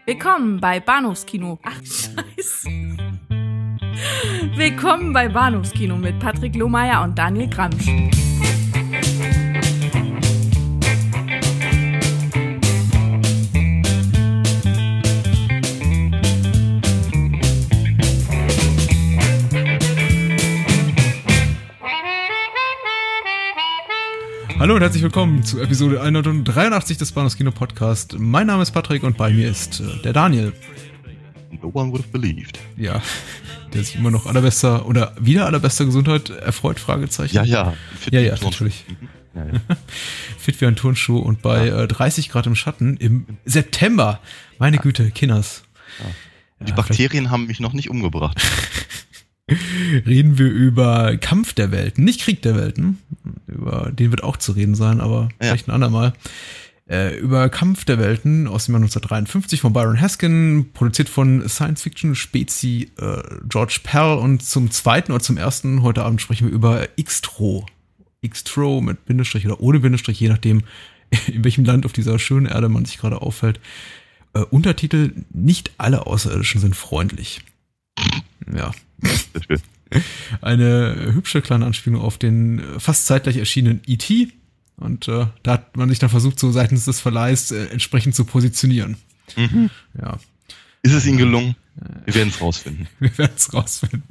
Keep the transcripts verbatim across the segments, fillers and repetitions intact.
Willkommen bei Bahnhofskino. Ach, scheiße. Willkommen bei Bahnhofskino mit Patrick Lohmeier und Daniel Gramsch. Hallo und herzlich willkommen zu Episode hundertdreiundachtzig des Bahnhofskino Podcast. Mein Name ist Patrick und bei mir ist äh, der Daniel. No one would have believed. Ja, der sich immer noch allerbester oder wieder allerbester Gesundheit erfreut, Fragezeichen. Ja, ja. Fit ja, ja, natürlich. Mhm. Ja, ja. Fit wie ein Turnschuh und bei ja. äh, dreißig Grad im Schatten im September. Meine ja. Güte, Kinders. Ja. Die ja, Bakterien haben mich noch nicht umgebracht. Reden wir über Kampf der Welten, nicht Krieg der Welten, über den wird auch zu reden sein, aber ja. vielleicht ein andermal. Äh, über Kampf der Welten aus dem Jahr neunzehnhundertdreiundfünfzig von Byron Haskin, produziert von Science-Fiction-Spezi äh, George Pell, und zum zweiten oder zum ersten heute Abend sprechen wir über Xtro. Xtro mit Bindestrich oder ohne Bindestrich, je nachdem, in welchem Land auf dieser schönen Erde man sich gerade aufhält. Äh, Untertitel: Nicht alle Außerirdischen sind freundlich. Ja. Eine hübsche kleine Anspielung auf den fast zeitgleich erschienenen E T Und äh, da hat man sich dann versucht, so seitens des Verleihs äh, entsprechend zu positionieren. Mhm. Ja. Ist es Ihnen gelungen? Wir werden es rausfinden. Wir werden es rausfinden.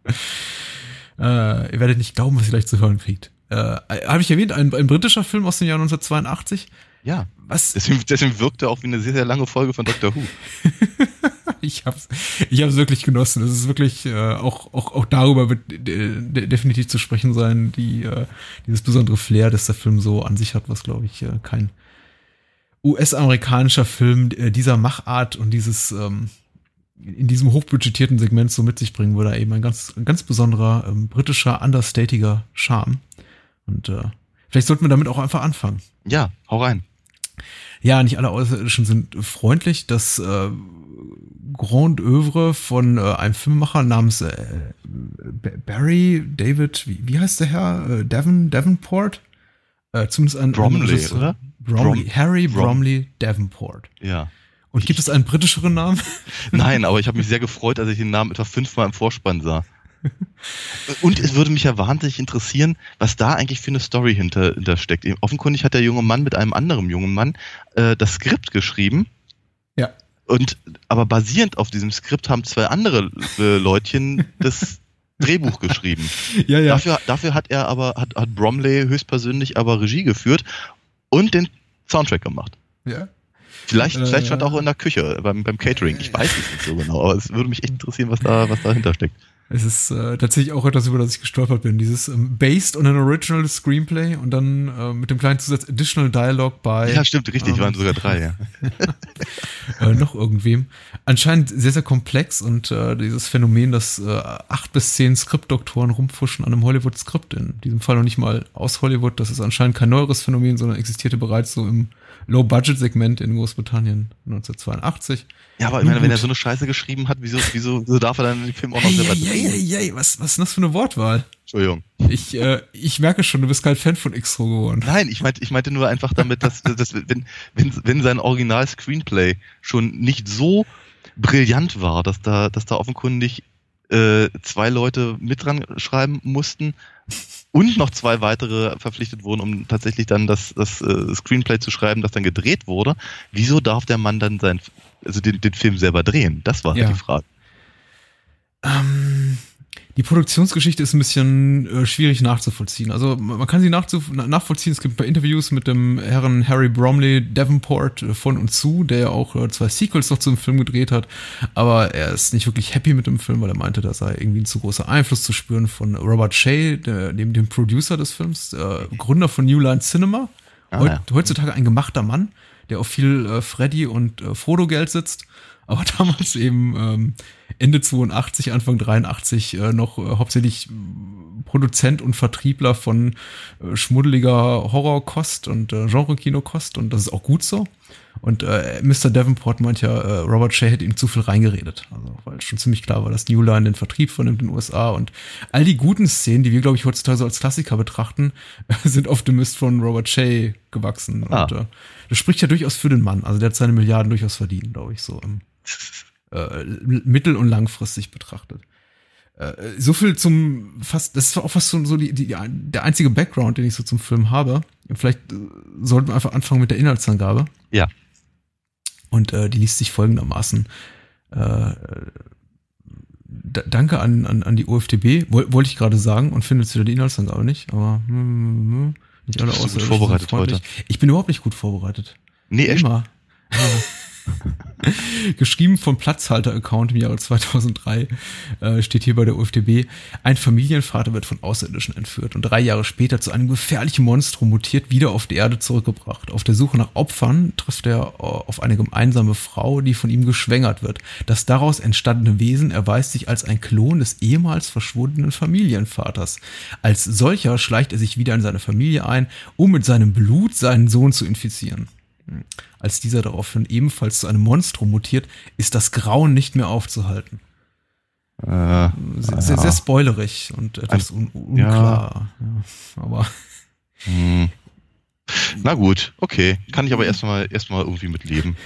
äh, ihr werdet nicht glauben, was ihr gleich zu hören kriegt. Äh, Habe ich erwähnt, ein, ein britischer Film aus dem Jahr neunzehnhundertzweiundachtzig. Ja. Was? Deswegen, deswegen wirkte auch wie eine sehr, sehr lange Folge von Doctor Who. Ich hab's, ich hab's wirklich genossen. Es ist wirklich, äh, auch, auch, auch darüber wird de- de- definitiv zu sprechen sein, die, äh, dieses besondere Flair, das der Film so an sich hat, was, glaube ich, äh, kein U S-amerikanischer Film äh, dieser Machart und dieses, ähm, in diesem hochbudgetierten Segment so mit sich bringen würde, eben ein ganz, ein ganz besonderer, ähm, britischer, understatiger Charme. Und, äh, vielleicht sollten wir damit auch einfach anfangen. Ja, hau rein. Ja, nicht alle Außerirdischen sind freundlich. Das äh, Grand Oeuvre von äh, einem Filmemacher namens äh, Barry David, wie, wie heißt der Herr? Äh, Devon, Davenport? Äh, zumindest ein Bromley, ein, oder? Bromley, Brom- Harry Brom- Bromley Davenport. Ja. Und gibt es einen britischeren Namen? Nein, aber ich habe mich sehr gefreut, als ich den Namen etwa fünfmal im Vorspann sah. Und es würde mich ja wahnsinnig interessieren, was da eigentlich für eine Story hinter, hinter steckt. Offenkundig hat der junge Mann mit einem anderen jungen Mann äh, das Skript geschrieben. Ja. Und aber basierend auf diesem Skript haben zwei andere äh, Leutchen das Drehbuch geschrieben. Ja, ja. Dafür, dafür hat er aber, hat, hat Bromley höchstpersönlich aber Regie geführt und den Soundtrack gemacht. Ja. Vielleicht, äh, vielleicht stand er auch in der Küche beim, beim Catering. Ich weiß es nicht so genau, aber es würde mich echt interessieren, was da, was dahinter steckt. Es ist äh, tatsächlich auch etwas, über das ich gestolpert bin. Dieses ähm, based on an original screenplay und dann äh, mit dem kleinen Zusatz additional dialogue bei... Ja, stimmt, richtig, ähm, waren sogar drei, ja. äh, noch irgendwem. Anscheinend sehr, sehr komplex, und äh, dieses Phänomen, dass äh, acht bis zehn Skriptdoktoren rumpfuschen an einem Hollywood-Skript, in diesem Fall noch nicht mal aus Hollywood, das ist anscheinend kein neueres Phänomen, sondern existierte bereits so im Low-Budget-Segment in Großbritannien neunzehnhundertzweiundachtzig. Ja, aber ich meine, wenn er so eine Scheiße geschrieben hat, wieso, wieso, wieso darf er dann den Film auch noch selber drehen? Hey, hey, hey, was, was ist denn das für eine Wortwahl? Entschuldigung. Ich, äh, ich merke schon, du bist kein Fan von Xtro geworden. Nein, ich meinte, ich meinte nur einfach damit, dass, dass wenn, wenn, wenn sein Original-Screenplay schon nicht so brillant war, dass da, dass da offenkundig äh, zwei Leute mit dran schreiben mussten und noch zwei weitere verpflichtet wurden, um tatsächlich dann das, das äh, Screenplay zu schreiben, das dann gedreht wurde. Wieso darf der Mann dann sein, also den, den Film selber drehen? Das war ja. halt die Frage. Ähm, die Produktionsgeschichte ist ein bisschen äh, schwierig nachzuvollziehen. Also man kann sie nachzu- nachvollziehen. Es gibt ein paar Interviews mit dem Herrn Harry Bromley Davenport äh, von und zu, der ja auch äh, zwei Sequels noch zum Film gedreht hat. Aber er ist nicht wirklich happy mit dem Film, weil er meinte, da sei irgendwie ein zu großer Einfluss zu spüren von Robert Shea, der, dem, dem Producer des Films, äh, Gründer von New Line Cinema. Ah, Heut, ja. Heutzutage ein gemachter Mann, der auf viel äh, Freddy und äh, Frodo-Geld sitzt. Aber damals eben ähm, Ende zweiundachtzig, Anfang dreiundachtzig äh, noch äh, hauptsächlich äh, Produzent und Vertriebler von äh, schmuddeliger Horrorkost und äh, Genre-Kinokost, und das ist auch gut so. Und äh, Mister Davenport meint ja, äh, Robert Shaye hätte ihm zu viel reingeredet. Also, weil schon ziemlich klar war, dass New Line den Vertrieb vernimmt in den U S A. Und all die guten Szenen, die wir, glaube ich, heutzutage so als Klassiker betrachten, sind auf dem Mist von Robert Shaye gewachsen. Ah. Und äh, das spricht ja durchaus für den Mann. Also der hat seine Milliarden durchaus verdient, glaube ich, so im, äh, mittel- und langfristig betrachtet. Äh, so viel zum fast, das ist auch fast so, so die, die, der einzige Background, den ich so zum Film habe. Vielleicht äh, sollten wir einfach anfangen mit der Inhaltsangabe. Ja. Und äh, die liest sich folgendermaßen. Äh, d- danke an, an, an die O F D B, Woll, wollte ich gerade sagen, und finde jetzt wieder die Inhaltsangabe nicht, aber hm, hm, nicht alle außer vorbereitet heute. Ich bin überhaupt nicht gut vorbereitet. Nee, echt? Immer. Ja. Geschrieben vom Platzhalter-Account im Jahre zweitausenddrei, äh, steht hier bei der O F D B, ein Familienvater wird von Außerirdischen entführt und drei Jahre später zu einem gefährlichen Monstrum mutiert, wieder auf die Erde zurückgebracht. Auf der Suche nach Opfern trifft er auf eine gemeinsame Frau, die von ihm geschwängert wird. Das daraus entstandene Wesen erweist sich als ein Klon des ehemals verschwundenen Familienvaters. Als solcher schleicht er sich wieder in seine Familie ein, um mit seinem Blut seinen Sohn zu infizieren. Als dieser daraufhin ebenfalls zu einem Monstrum mutiert, ist das Grauen nicht mehr aufzuhalten. Äh, sehr, sehr, sehr spoilerig und etwas un- unklar. Ja. Ja, aber hm. Na gut, okay. Kann ich aber erstmal erstmal irgendwie mit leben.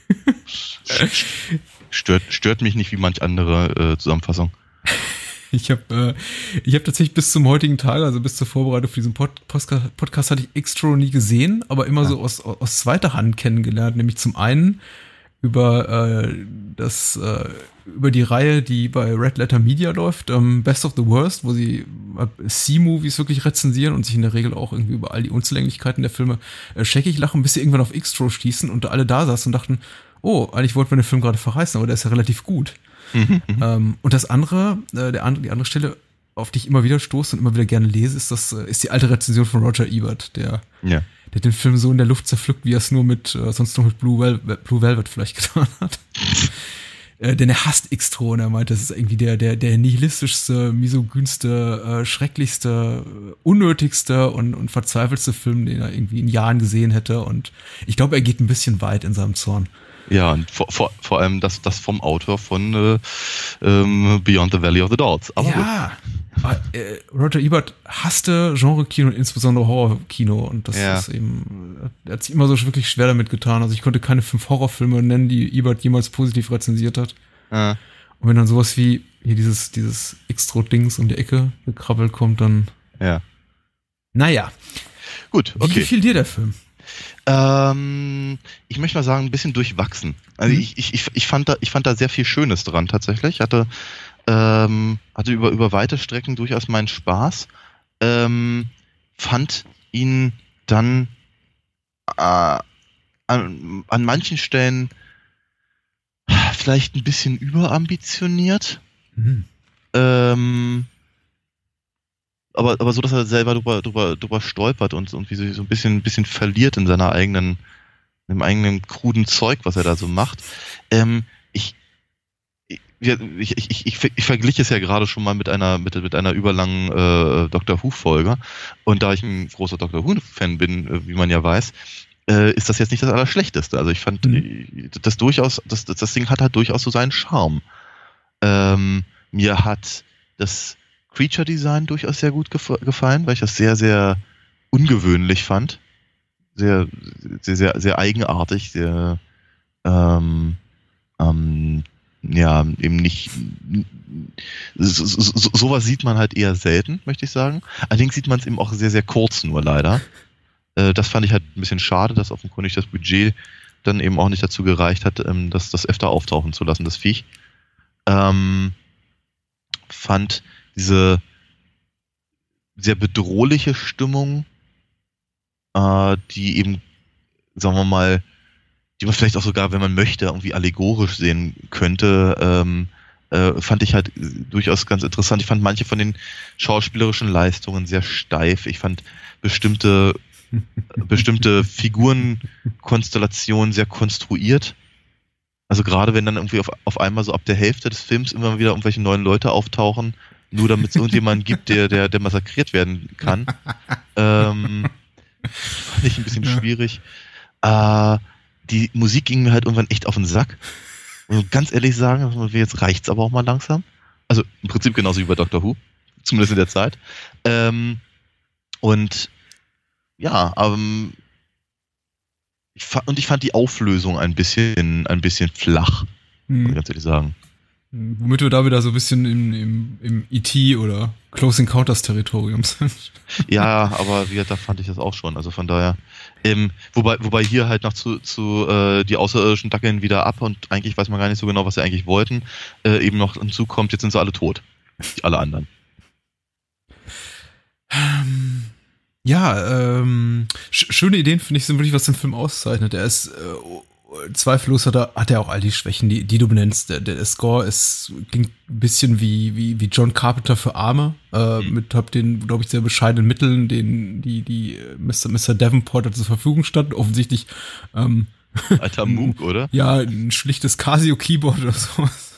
Stört, stört mich nicht wie manch andere äh, Zusammenfassung. Ich habe äh, ich hab tatsächlich bis zum heutigen Tag, also bis zur Vorbereitung für diesen Pod- Podcast, Podcast hatte ich Extro nie gesehen, aber immer ja. so aus, aus zweiter Hand kennengelernt, nämlich zum einen über äh, das äh, über die Reihe, die bei Red Letter Media läuft, ähm, Best of the Worst, wo sie äh, C-Movies wirklich rezensieren und sich in der Regel auch irgendwie über all die Unzulänglichkeiten der Filme äh, scheckig lachen, bis sie irgendwann auf Extro stießen und alle da saßen und dachten, oh, eigentlich wollten wir den Film gerade verreißen, aber der ist ja relativ gut. Mhm, ähm, und das andere, äh, der andere, die andere Stelle, auf die ich immer wieder stoße und immer wieder gerne lese, ist das, äh, ist die alte Rezension von Roger Ebert, der, ja. der den Film so in der Luft zerpflückt, wie er es nur mit, äh, sonst noch mit Blue, Vel- Blue Velvet vielleicht getan hat. äh, denn er hasst Xtro und er meint, das ist irgendwie der, der, der nihilistischste, misogynste, äh, schrecklichste, unnötigste und, und verzweifelste Film, den er irgendwie in Jahren gesehen hätte. Und ich glaube, er geht ein bisschen weit in seinem Zorn. Ja, und vor, vor, vor allem das, das vom Autor von äh, ähm, Beyond the Valley of the Dolls. Aber ja, äh, Roger Ebert hasste Genre-Kino und insbesondere Horror-Kino und das ja. ist eben, er hat sich immer so wirklich schwer damit getan. Also ich konnte keine fünf Horrorfilme nennen, die Ebert jemals positiv rezensiert hat. Ja. Und wenn dann sowas wie hier dieses, dieses Extro-Dings um die Ecke gekrabbelt kommt, dann ja. Naja. Gut, okay. Wie gefiel dir der Film? Ähm, ich möchte mal sagen, ein bisschen durchwachsen. Also mhm. ich, ich, ich, fand da, ich fand da sehr viel Schönes dran tatsächlich. Hatte, ähm, hatte über, über weite Strecken durchaus meinen Spaß. Ähm, fand ihn dann äh, an, an manchen Stellen vielleicht ein bisschen überambitioniert. Mhm. Ähm, Aber, aber so, dass er selber drüber, drüber, drüber stolpert und, und wie sich so ein bisschen, ein bisschen verliert in seiner eigenen, in dem eigenen kruden Zeug, was er da so macht. Ähm, ich, ich, ich, ich, ich, ich verglich es ja gerade schon mal mit einer, mit, mit einer überlangen äh, Doctor Who-Folge. Und da ich ein großer Doctor Who-Fan bin, äh, wie man ja weiß, äh, ist das jetzt nicht das Allerschlechteste. Also ich fand mhm. das durchaus, das, das Ding hat halt durchaus so seinen Charme. Ähm, mir hat das Creature Design durchaus sehr gut gef- gefallen, weil ich das sehr, sehr ungewöhnlich fand. Sehr, sehr, sehr, sehr eigenartig, sehr, ähm, ähm, ja, eben nicht, so, so, sowas sieht man halt eher selten, möchte ich sagen. Allerdings sieht man es eben auch sehr, sehr kurz nur leider. Äh, das fand ich halt ein bisschen schade, dass offenkundig das Budget dann eben auch nicht dazu gereicht hat, ähm, das, das öfter auftauchen zu lassen, das Viech. Ähm, fand diese sehr bedrohliche Stimmung, äh, die eben, sagen wir mal, die man vielleicht auch sogar, wenn man möchte, irgendwie allegorisch sehen könnte, ähm, äh, fand ich halt durchaus ganz interessant. Ich fand manche von den schauspielerischen Leistungen sehr steif. Ich fand bestimmte bestimmte Figurenkonstellationen sehr konstruiert. Also gerade wenn dann irgendwie auf, auf einmal so ab der Hälfte des Films immer wieder irgendwelche neuen Leute auftauchen, nur damit es irgendjemanden gibt, der, der, der massakriert werden kann. Ähm, fand ich ein bisschen schwierig. Äh, die Musik ging mir halt irgendwann echt auf den Sack. Und ganz ehrlich sagen, jetzt reicht's aber auch mal langsam. Also im Prinzip genauso wie bei Doctor Who, zumindest in der Zeit. Ähm, und ja, ähm, ich fa- und ich fand die Auflösung ein bisschen, ein bisschen flach, hm. muss ich ganz ehrlich sagen. Womit wir da wieder so ein bisschen im, im, im E T oder Close Encounters Territorium sind. Ja, aber wie gesagt, da fand ich das auch schon. Also von daher, ähm, wobei, wobei hier halt noch zu, zu äh, die Außerirdischen dackeln wieder ab und eigentlich weiß man gar nicht so genau, was sie eigentlich wollten. Äh, eben noch hinzukommt, jetzt sind sie alle tot. Alle anderen. Ähm, ja, ähm, sch- schöne Ideen, finde ich, sind wirklich, was den Film auszeichnet. Er ist äh, zweifellos hat er, hat er auch all die Schwächen, die, die du benennst. Der, der Score ist, klingt ein bisschen wie, wie, wie John Carpenter für Arme, äh, mhm. mit hab den, glaube ich, sehr bescheidenen Mitteln, den die, die Mister Mister Davenport hat zur Verfügung standen. Offensichtlich ähm, Alter Moog, oder? Ja, ein schlichtes Casio-Keyboard oder sowas.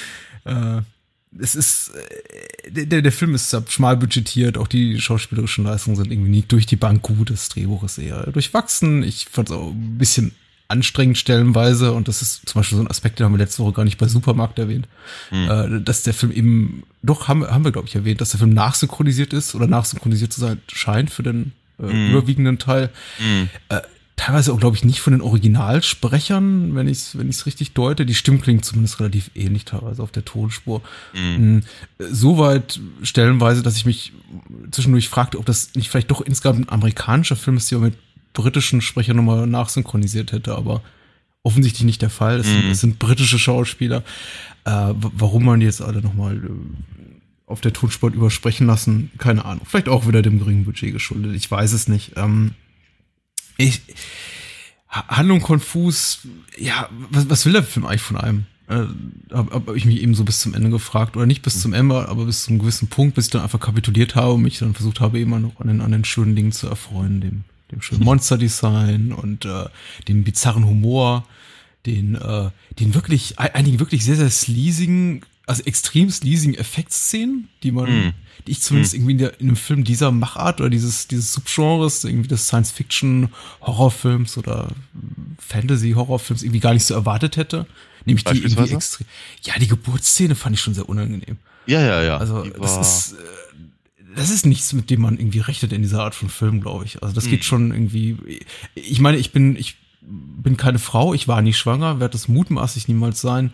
Äh, es ist, äh, der, der Film ist schmal budgetiert, auch die schauspielerischen Leistungen sind irgendwie nicht durch die Bank gut, das Drehbuch ist eher durchwachsen. Ich fand es auch ein bisschen anstrengend stellenweise und das ist zum Beispiel so ein Aspekt, den haben wir letzte Woche gar nicht bei Supermarkt erwähnt, mhm. äh, dass der Film eben, doch haben, haben wir glaube ich erwähnt, dass der Film nachsynchronisiert ist oder nachsynchronisiert zu sein scheint für den äh, mhm. überwiegenden Teil. Mhm. Äh, teilweise auch, glaube ich, nicht von den Originalsprechern, wenn ich es wenn ich's richtig deute. Die Stimmen klingen zumindest relativ ähnlich teilweise auf der Tonspur. Mhm. Soweit stellenweise, dass ich mich zwischendurch fragte, ob das nicht vielleicht doch insgesamt ein amerikanischer Film ist, der mit britischen Sprechern nochmal nachsynchronisiert hätte, aber offensichtlich nicht der Fall. Es, mhm. sind, es sind britische Schauspieler. Äh, warum man die jetzt alle nochmal äh, auf der Tonspur übersprechen lassen, keine Ahnung. Vielleicht auch wieder dem geringen Budget geschuldet. Ich weiß es nicht. Ähm, Ich, Handlung konfus, ja, was, was will der Film eigentlich von einem? Äh, Habe hab ich mich eben so bis zum Ende gefragt, oder nicht bis zum Ende, aber bis zum gewissen Punkt, bis ich dann einfach kapituliert habe und mich dann versucht habe, immer noch an den, an den schönen Dingen zu erfreuen, dem, dem schönen Monsterdesign und äh, dem bizarren Humor, den, äh, den wirklich, einigen wirklich sehr, sehr sleasigen, also extrem sleasigen Effektszenen, die man, mm. die ich zumindest mm. irgendwie in, der, in einem Film dieser Machart oder dieses, dieses Subgenres, irgendwie des Science-Fiction-Horrorfilms oder Fantasy-Horrorfilms irgendwie gar nicht so erwartet hätte. Nämlich die irgendwie extrem, ja, die Geburtsszene fand ich schon sehr unangenehm. Ja, ja, ja. Also, das ist, das ist nichts, mit dem man irgendwie rechnet in dieser Art von Film, glaube ich. Also, das mm. geht schon irgendwie, ich meine, ich bin, ich bin keine Frau, ich war nie schwanger, werde das mutmaßlich niemals sein.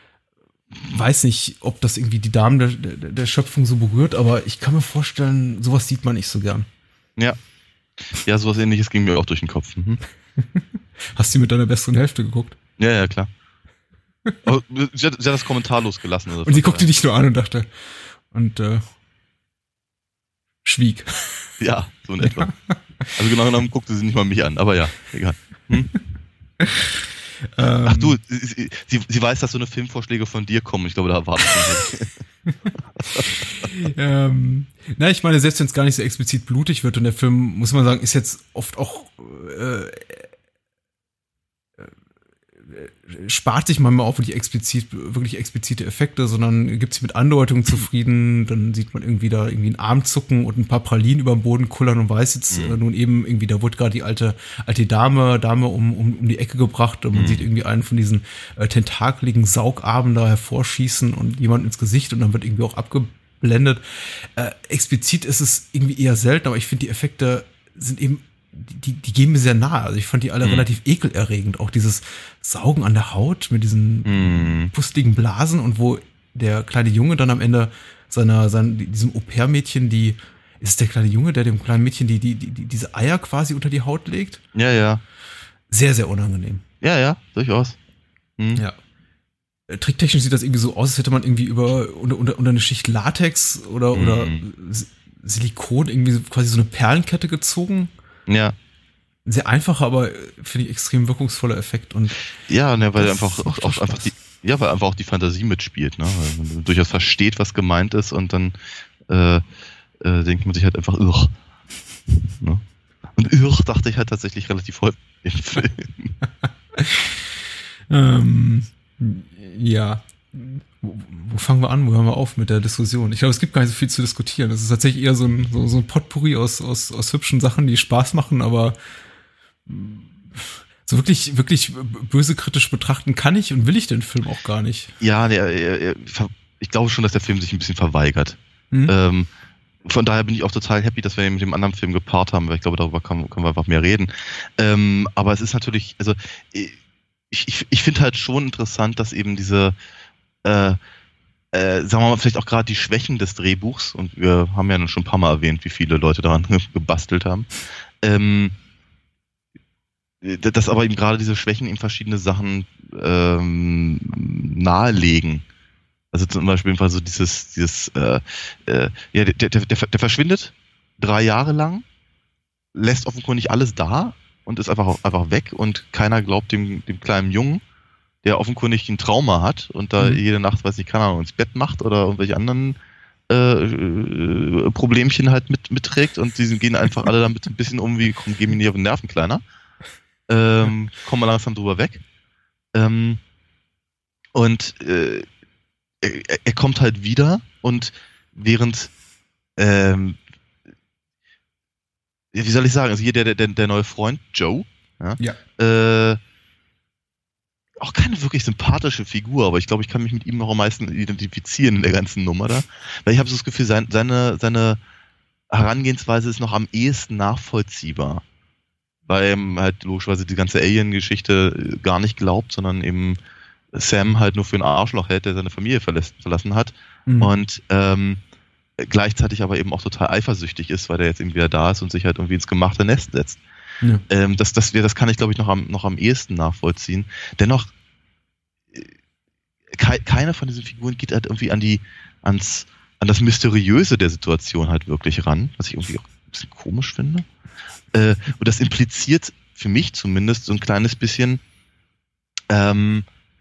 Weiß nicht, ob das irgendwie die Damen der, der, der Schöpfung so berührt, aber ich kann mir vorstellen, sowas sieht man nicht so gern. Ja. Ja, sowas Ähnliches ging mir auch durch den Kopf. Mhm. Hast du mit deiner besseren Hälfte geguckt? Ja, ja, klar. Aber sie, hat, sie hat das kommentarlos gelassen. Also und sie guckte dich nur an und dachte, und äh, schwieg. Ja, so in etwa. Also genau genommen guckte sie nicht mal mich an, aber ja, egal. Hm? Ach du, sie, sie, sie weiß, dass so eine Filmvorschläge von dir kommen. Ich glaube, da erwartet sie nicht. ähm, na, ich meine, selbst wenn es gar nicht so explizit blutig wird und der Film, muss man sagen, ist jetzt oft auch äh, äh, spart sich manchmal auch wirklich explizit, wirklich explizite Effekte, sondern gibt sich mit Andeutungen zufrieden, dann sieht man irgendwie da irgendwie einen Arm zucken und ein paar Pralinen über den Boden kullern und weiß jetzt mhm. äh, nun eben irgendwie, da wurde gerade die alte alte Dame Dame um, um, um die Ecke gebracht und man mhm. sieht irgendwie einen von diesen äh, tentakeligen Saugarmen da hervorschießen und jemand ins Gesicht und dann wird irgendwie auch abgeblendet. Äh, explizit ist es irgendwie eher selten, aber ich finde, die Effekte sind eben Die, die gehen mir sehr nahe. Also ich fand die alle mm. relativ ekelerregend. Auch dieses Saugen an der Haut mit diesen mm. pustigen Blasen und wo der kleine Junge dann am Ende seiner, seiner diesem Au-pair-Mädchen, die, ist es der kleine Junge, der dem kleinen Mädchen die, die, die, diese Eier quasi unter die Haut legt? Ja, ja. Sehr, sehr unangenehm. Ja, ja, durchaus. Mhm. Ja. Tricktechnisch sieht das irgendwie so aus, als hätte man irgendwie über, unter, unter, unter eine Schicht Latex oder, mm. oder Silikon irgendwie quasi so eine Perlenkette gezogen. Ja. Ein sehr einfacher, aber finde ich extrem wirkungsvoller Effekt. Und ja, ne, weil einfach auch, auch einfach die, ja, weil einfach auch die Fantasie mitspielt, ne? Weil man durchaus versteht, was gemeint ist und dann äh, äh, denkt man sich halt einfach, irr. Ne? Und irr dachte ich halt tatsächlich relativ häufig im Film. ähm, ja. Wo, wo fangen wir an? Wo hören wir auf mit der Diskussion? Ich glaube, es gibt gar nicht so viel zu diskutieren. Es ist tatsächlich eher so ein, so, so ein Potpourri aus, aus, aus hübschen Sachen, die Spaß machen, aber So wirklich, wirklich böse kritisch betrachten kann ich und will ich den Film auch gar nicht. Ja, der, der, ich glaube schon, dass der Film sich ein bisschen verweigert. Mhm. Ähm, von daher bin ich auch total happy, dass wir ihn mit dem anderen Film gepaart haben, weil ich glaube, darüber können, können wir einfach mehr reden. Ähm, aber es ist natürlich, also ich, ich, ich finde halt schon interessant, dass eben diese, äh, äh, sagen wir mal, vielleicht auch gerade die Schwächen des Drehbuchs, und wir haben ja schon ein paar Mal erwähnt, wie viele Leute daran gebastelt haben, ähm, dass aber eben gerade diese Schwächen eben verschiedene Sachen ähm, nahelegen. Also zum Beispiel einfach so dieses, dieses, äh, äh, ja, der, der, der, der verschwindet drei Jahre lang, lässt offenkundig alles da und ist einfach, einfach weg und keiner glaubt dem, dem kleinen Jungen, der offenkundig ein Trauma hat und da mhm. jede Nacht, weiß ich, keine Ahnung, ins Bett macht oder irgendwelche anderen äh, Problemchen halt mit, mitträgt und die gehen einfach alle damit ein bisschen um wie, komm, geh mir nicht auf den Nerven, Kleiner. Ähm, kommen wir langsam drüber weg. Ähm, und äh, er, er kommt halt wieder und während ähm, wie soll ich sagen, also hier der, der, der neue Freund, Joe, ja, ja. Äh, auch keine wirklich sympathische Figur, aber ich glaube, ich kann mich mit ihm noch am meisten identifizieren in der ganzen Nummer da. Weil ich habe so das Gefühl, sein, seine, seine Herangehensweise ist noch am ehesten nachvollziehbar. Weil ihm halt logischerweise die ganze Alien-Geschichte gar nicht glaubt, sondern eben Sam halt nur für ein Arschloch hält, der seine Familie verlässt, verlassen hat. Mhm. Und ähm, gleichzeitig aber eben auch total eifersüchtig ist, weil der jetzt irgendwie wieder da ist und sich halt irgendwie ins gemachte Nest setzt. Ja. Ähm, das, das, das kann ich, glaube ich, noch am, noch am ehesten nachvollziehen. Dennoch, ke- keine von diesen Figuren geht halt irgendwie an die, ans, an das Mysteriöse der Situation halt wirklich ran, was ich irgendwie auch ein bisschen komisch finde. Äh, und das impliziert für mich zumindest so ein kleines bisschen, ähm,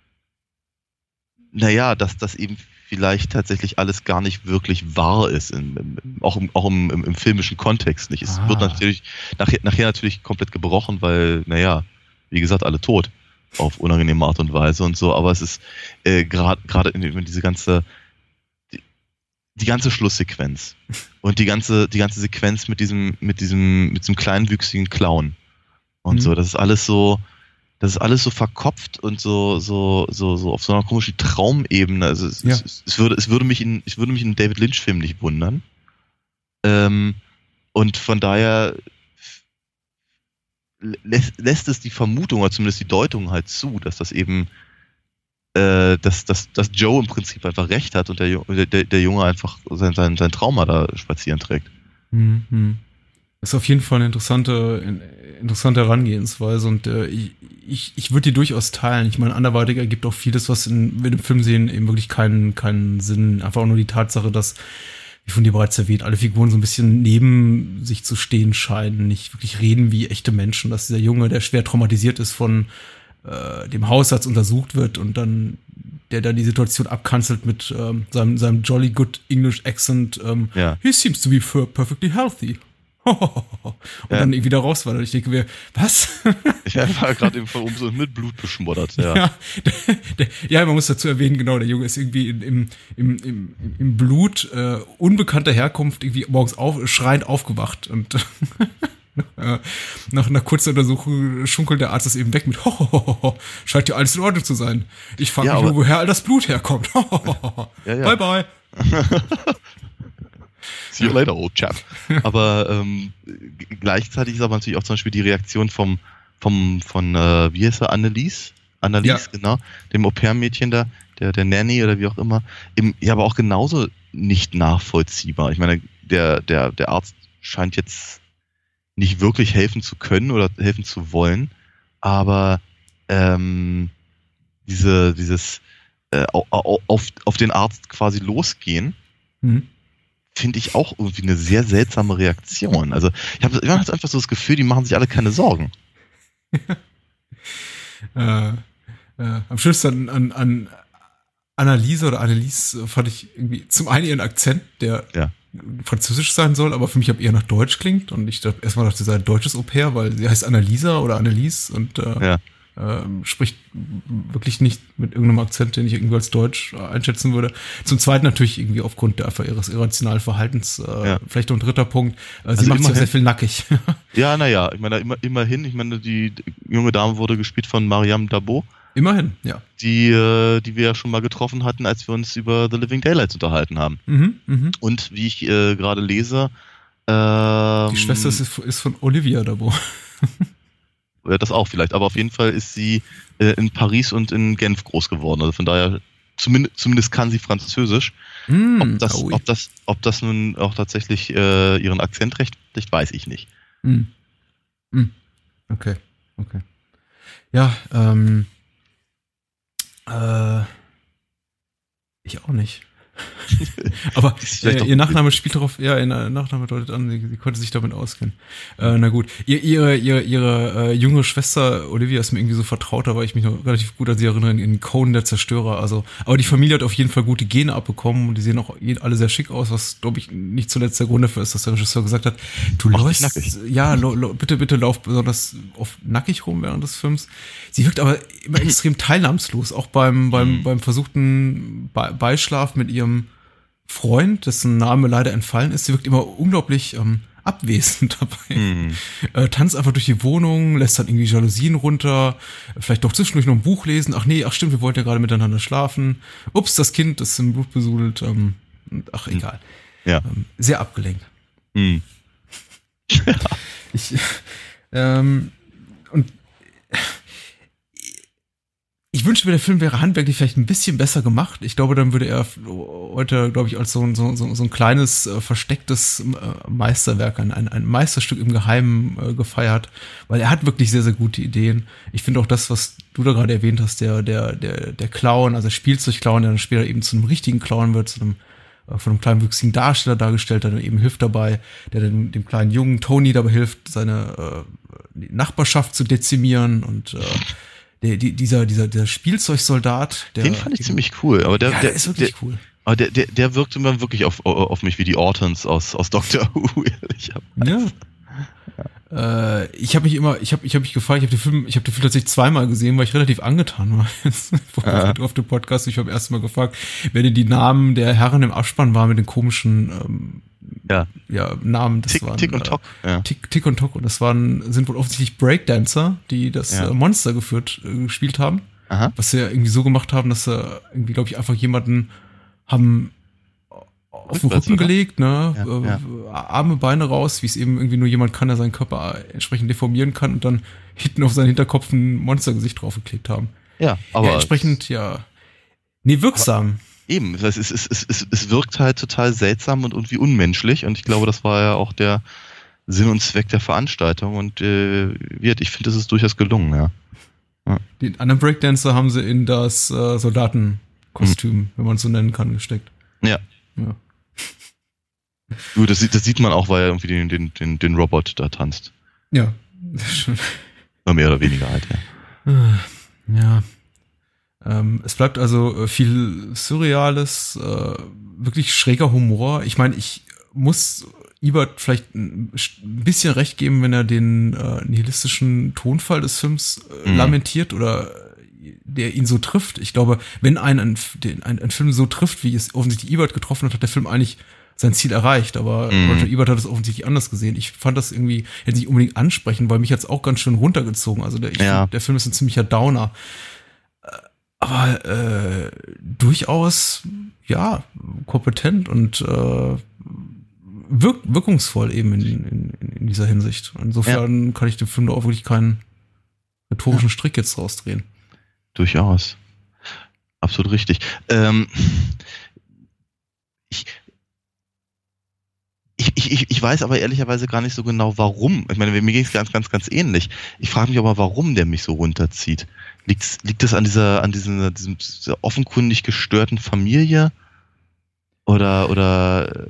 naja, dass das eben vielleicht tatsächlich alles gar nicht wirklich wahr ist, in, im, auch, im, auch im, im, im filmischen Kontext nicht. Es ah. wird natürlich nachher, nachher natürlich komplett gebrochen, weil, naja, wie gesagt, alle tot auf unangenehme Art und Weise und so, aber es ist äh, gerade gerade in, in diese ganze die, die ganze Schlusssequenz und die ganze die ganze Sequenz mit diesem mit diesem mit diesem kleinwüchsigen Clown und mhm. so, das ist alles so Das ist alles so verkopft und so, so, so, so auf so einer komischen Traumebene. Also es, ja. es, es würde, es würde mich in, ich würde mich in einem David Lynch-Film nicht wundern. Ähm, und von daher lässt, lässt es die Vermutung oder zumindest die Deutung halt zu, dass das eben, äh, dass, dass, dass Joe im Prinzip einfach recht hat und der, der, der Junge einfach sein, sein, sein Trauma da spazieren trägt. Mhm. Das ist auf jeden Fall eine interessante, interessante Herangehensweise und äh, ich, ich würde die durchaus teilen. Ich meine, anderweitig ergibt auch vieles, was in, wir im Film sehen, eben wirklich keinen, keinen Sinn. Einfach auch nur die Tatsache, dass, wie von dir bereits erwähnt, alle Figuren so ein bisschen neben sich zu stehen scheinen, nicht wirklich reden wie echte Menschen, dass dieser Junge, der schwer traumatisiert ist, von äh, dem Hausarzt untersucht wird und dann der dann die Situation abkanzelt mit ähm, seinem, seinem jolly good English accent. Ähm, ja. He seems to be perfectly healthy. Und ja. dann irgendwie da raus war. Und ich denke mir, was? Ja, war gerade eben von oben so mit Blut beschmoddert. Ja, ja, der, der, ja, man muss dazu erwähnen, genau, der Junge ist irgendwie in, im, im, im, im Blut äh, unbekannter Herkunft irgendwie morgens auf, schreiend aufgewacht. Und äh, nach einer kurzen Untersuchung schunkelt der Arzt das eben weg mit Hohoho, scheint ja alles in Ordnung zu sein. Ich frage ja, mich nur, woher all das Blut herkommt. Ja, ja. Bye, bye. See you later, old chap. Aber ähm, gleichzeitig ist aber natürlich auch zum Beispiel die Reaktion vom, vom von, äh, wie heißt er, Annelies? Annelies, ja. Genau, dem Au-pair-Mädchen da, der, der Nanny oder wie auch immer, eben, ja, aber auch genauso nicht nachvollziehbar. Ich meine, der, der, der Arzt scheint jetzt nicht wirklich helfen zu können oder helfen zu wollen, aber ähm, diese, dieses äh, auf, auf den Arzt quasi losgehen, mhm. finde ich auch irgendwie eine sehr seltsame Reaktion. Also ich habe immer einfach so das Gefühl, die machen sich alle keine Sorgen. äh, äh, am schönsten an, an, an Anneliese oder Annelies fand ich irgendwie zum einen ihren Akzent, der ja. französisch sein soll, aber für mich eher nach Deutsch klingt. Und ich dachte erstmal dachte, sie sei ein deutsches Au-pair, weil sie heißt Annalisa oder Annelies und äh, ja. Ähm, spricht wirklich nicht mit irgendeinem Akzent, den ich irgendwie als Deutsch äh, einschätzen würde. Zum Zweiten natürlich irgendwie aufgrund der einfach ihres irrationalen Verhaltens. Äh, ja. Vielleicht noch ein dritter Punkt. Äh, sie also macht ja sehr viel nackig. Ja, naja, ich meine, immer, immerhin, ich meine, die junge Dame wurde gespielt von Mariam Dabo. Immerhin, ja. Die, äh, die wir ja schon mal getroffen hatten, als wir uns über The Living Daylights unterhalten haben. Mhm, mh. Und wie ich äh, gerade lese, ähm, die Schwester ist, ist von Olivia Dabo. Ja, das auch vielleicht, aber auf jeden Fall ist sie äh, in Paris und in Genf groß geworden. Also von daher, zumindest, zumindest kann sie Französisch. Mm, ob, das, oh, ob, das, ob das nun auch tatsächlich äh, ihren Akzent rechtfertigt, weiß ich nicht. Mm. Mm. Okay, okay. Ja, ähm, äh, ich auch nicht. Aber äh, ihr Nachname spielt darauf, ja, ihr Nachname deutet an, sie, sie konnte sich damit auskennen. Äh, na gut, ihr, ihre, ihre, ihre äh, junge Schwester Olivia ist mir irgendwie so vertrauter, weil ich mich noch relativ gut an sie erinnere, in Conan der Zerstörer. Also, aber die Familie hat auf jeden Fall gute Gene abbekommen und die sehen auch alle sehr schick aus, was, glaube ich, nicht zuletzt der Grund dafür ist, dass der Regisseur gesagt hat, du Mach läufst, ja, lo, lo, bitte, bitte lauf besonders oft nackig rum während des Films. Sie wirkt aber immer extrem teilnahmslos, auch beim, beim, beim versuchten Be- Beischlaf mit ihrem Freund, dessen Name leider entfallen ist. Sie wirkt immer unglaublich ähm, abwesend dabei. Mhm. Äh, tanzt einfach durch die Wohnung, lässt dann irgendwie Jalousien runter, vielleicht doch zwischendurch noch ein Buch lesen. Ach nee, ach stimmt, wir wollten ja gerade miteinander schlafen. Ups, das Kind ist im Blut besudelt. Ähm, ach, egal. Ja. Ähm, sehr abgelenkt. Mhm. ich, ähm, und ich wünschte mir, der Film wäre handwerklich vielleicht ein bisschen besser gemacht. Ich glaube, dann würde er heute, glaube ich, als so ein, so, so ein kleines, äh, verstecktes äh, Meisterwerk, ein, ein Meisterstück im Geheimen äh, gefeiert, weil er hat wirklich sehr, sehr gute Ideen. Ich finde auch das, was du da gerade erwähnt hast, der, der, der, der Clown, also der Spielzeugclown, der dann später eben zu einem richtigen Clown wird, zu einem äh, von einem kleinwüchsigen Darsteller dargestellt, der dann eben hilft dabei, der dann dem kleinen Jungen Tony dabei hilft, seine äh, die Nachbarschaft zu dezimieren und äh, Der, die, dieser, dieser, der Spielzeugsoldat, der. Den fand ich ziemlich cool, aber der, ja, der, der ist wirklich der, cool. Aber der, der, der wirkte immer wirklich auf, auf mich wie die Ortons aus, aus Doctor Who, ehrlicherweise. Ja. Äh, ich habe mich immer, ich habe, ich habe mich gefragt, ich habe den Film, ich habe den Film tatsächlich zweimal gesehen, weil ich relativ angetan war. Vorher auf dem Podcast, ich habe erst mal gefragt, wer denn die Namen der Herren im Abspann waren mit den komischen ähm, ja. Ja, Namen. Das Tick, waren, Tick und Tock. Ja. Tick, Tick und Tock. Und das waren, sind wohl offensichtlich Breakdancer, die das ja. Monster geführt, äh, gespielt haben. Aha. Was sie ja irgendwie so gemacht haben, dass sie irgendwie, glaube ich, einfach jemanden haben auf den Rücken gelegt, ne, ja, äh, ja. Arme, Beine raus, wie es eben irgendwie nur jemand kann, der seinen Körper entsprechend deformieren kann und dann hinten auf seinen Hinterkopf ein Monstergesicht draufgeklebt haben. Ja, aber ja, entsprechend, ja, nee, wirksam. Eben, es, es, es, es, es wirkt halt total seltsam und irgendwie unmenschlich und ich glaube, das war ja auch der Sinn und Zweck der Veranstaltung und äh, wird, ich finde, das ist durchaus gelungen, ja. ja. Den anderen Breakdancer haben sie in das äh, Soldatenkostüm, hm. wenn man es so nennen kann, gesteckt. Ja. Ja. Gut, das, das sieht man auch, weil er irgendwie den, den, den, den Robot da tanzt. Ja, das ist schön. Mehr oder weniger halt, ja. Ja. Ähm, es bleibt also viel Surreales, äh, wirklich schräger Humor. Ich meine, ich muss Ebert vielleicht ein bisschen recht geben, wenn er den äh, nihilistischen Tonfall des Films äh, mhm. lamentiert oder der ihn so trifft. Ich glaube, wenn ein, ein, ein, ein Film so trifft, wie es offensichtlich Ebert getroffen hat, hat der Film eigentlich sein Ziel erreicht, aber mhm. Roger Ebert hat es offensichtlich anders gesehen. Ich fand das irgendwie, hätte nicht unbedingt ansprechen, weil mich hat's auch ganz schön runtergezogen. Also der, ich ja. find, der Film ist ein ziemlicher Downer. Aber äh, durchaus, ja, kompetent und äh, wirk wirkungsvoll eben in, in, in dieser Hinsicht. Insofern ja. kann ich dem Film da auch wirklich keinen rhetorischen ja. Strick jetzt rausdrehen. Durchaus. Absolut richtig. Ähm, ich, ich, ich, ich weiß aber ehrlicherweise gar nicht so genau, warum. Ich meine, mir ging es ganz, ganz, ganz ähnlich. Ich frage mich aber, warum der mich so runterzieht. Liegt, liegt das an dieser, an dieser, diesem, dieser offenkundig gestörten Familie? Oder, oder,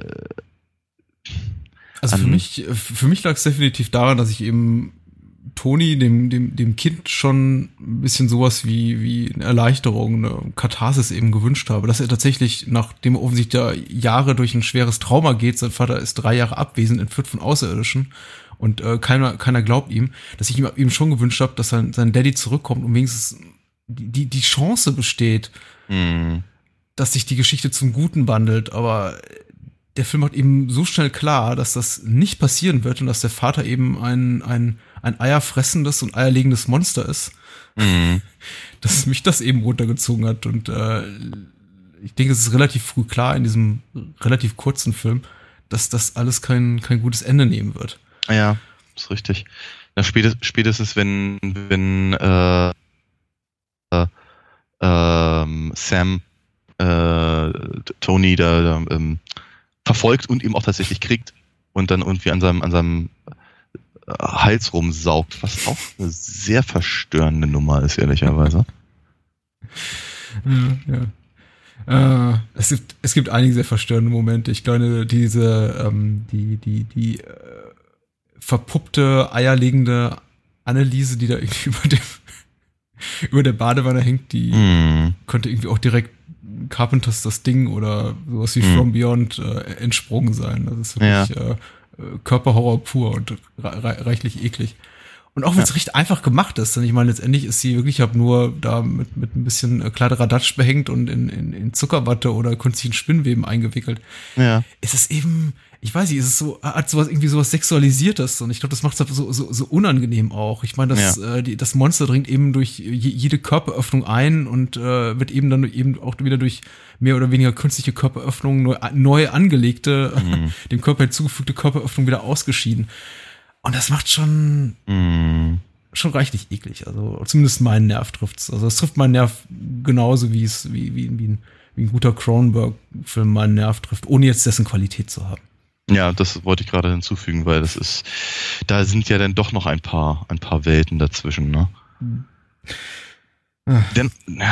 also für mich, für mich lag es definitiv daran, dass ich eben Toni, dem, dem, dem Kind schon ein bisschen sowas wie, wie eine Erleichterung, eine Katharsis eben gewünscht habe. Dass er tatsächlich, nachdem er offensichtlich da Jahre durch ein schweres Trauma geht, sein Vater ist drei Jahre abwesend, entführt von Außerirdischen und äh, keiner, keiner glaubt ihm, dass ich ihm eben schon gewünscht habe, dass sein, sein Daddy zurückkommt und wenigstens die, die Chance besteht, Mhm. dass sich die Geschichte zum Guten wandelt, aber der Film macht eben so schnell klar, dass das nicht passieren wird und dass der Vater eben ein, ein, ein eierfressendes und eierlegendes Monster ist, Mhm. dass mich das eben runtergezogen hat und äh, ich denke, es ist relativ früh klar in diesem relativ kurzen Film, dass das alles kein, kein gutes Ende nehmen wird. Ja, ist richtig. Na, spätestens, spätestens wenn, wenn äh, äh, ähm, Sam äh, Tony da, da ähm, verfolgt und eben auch tatsächlich kriegt und dann irgendwie an seinem, an seinem Hals rumsaugt, was auch eine sehr verstörende Nummer ist, ehrlicherweise. Ja, ja. Äh, es gibt, es gibt einige sehr verstörende Momente. Ich glaube, diese, ähm, die, die, die äh, verpuppte, eierlegende Anneliese, die da irgendwie über dem, über der Badewanne hängt, die Mm. könnte irgendwie auch direkt Carpenters Das Ding oder sowas wie Mm. From Beyond äh, entsprungen sein. Das ist wirklich Ja. äh, Körperhorror pur und re- reichlich eklig. Und auch wenn es ja. recht einfach gemacht ist, denn ich meine, letztendlich ist sie wirklich, ich habe nur da mit, mit ein bisschen Kladderadatsch behängt und in, in, in Zuckerwatte oder künstlichen Spinnweben eingewickelt. Ja. Es ist eben, ich weiß nicht, es ist so, hat sowas irgendwie sowas Sexualisiertes und ich glaube, das macht es so, so, so unangenehm auch. Ich meine, das, Ja. äh, die, das Monster dringt eben durch je, jede Körperöffnung ein und äh, wird eben dann eben auch wieder durch mehr oder weniger künstliche Körperöffnungen, neu, neu angelegte, Mhm. dem Körper hinzugefügte Körperöffnung wieder ausgeschieden. Und das macht schon, Mm. schon reichlich eklig. Also zumindest meinen Nerv trifft's. Also es trifft meinen Nerv genauso wie es, wie, wie, wie, ein, wie ein guter Cronenberg-Film meinen Nerv trifft, ohne jetzt dessen Qualität zu haben. Ja, das wollte ich gerade hinzufügen, weil das ist, da sind ja dann doch noch ein paar, ein paar Welten dazwischen, ne? Mhm. Denn,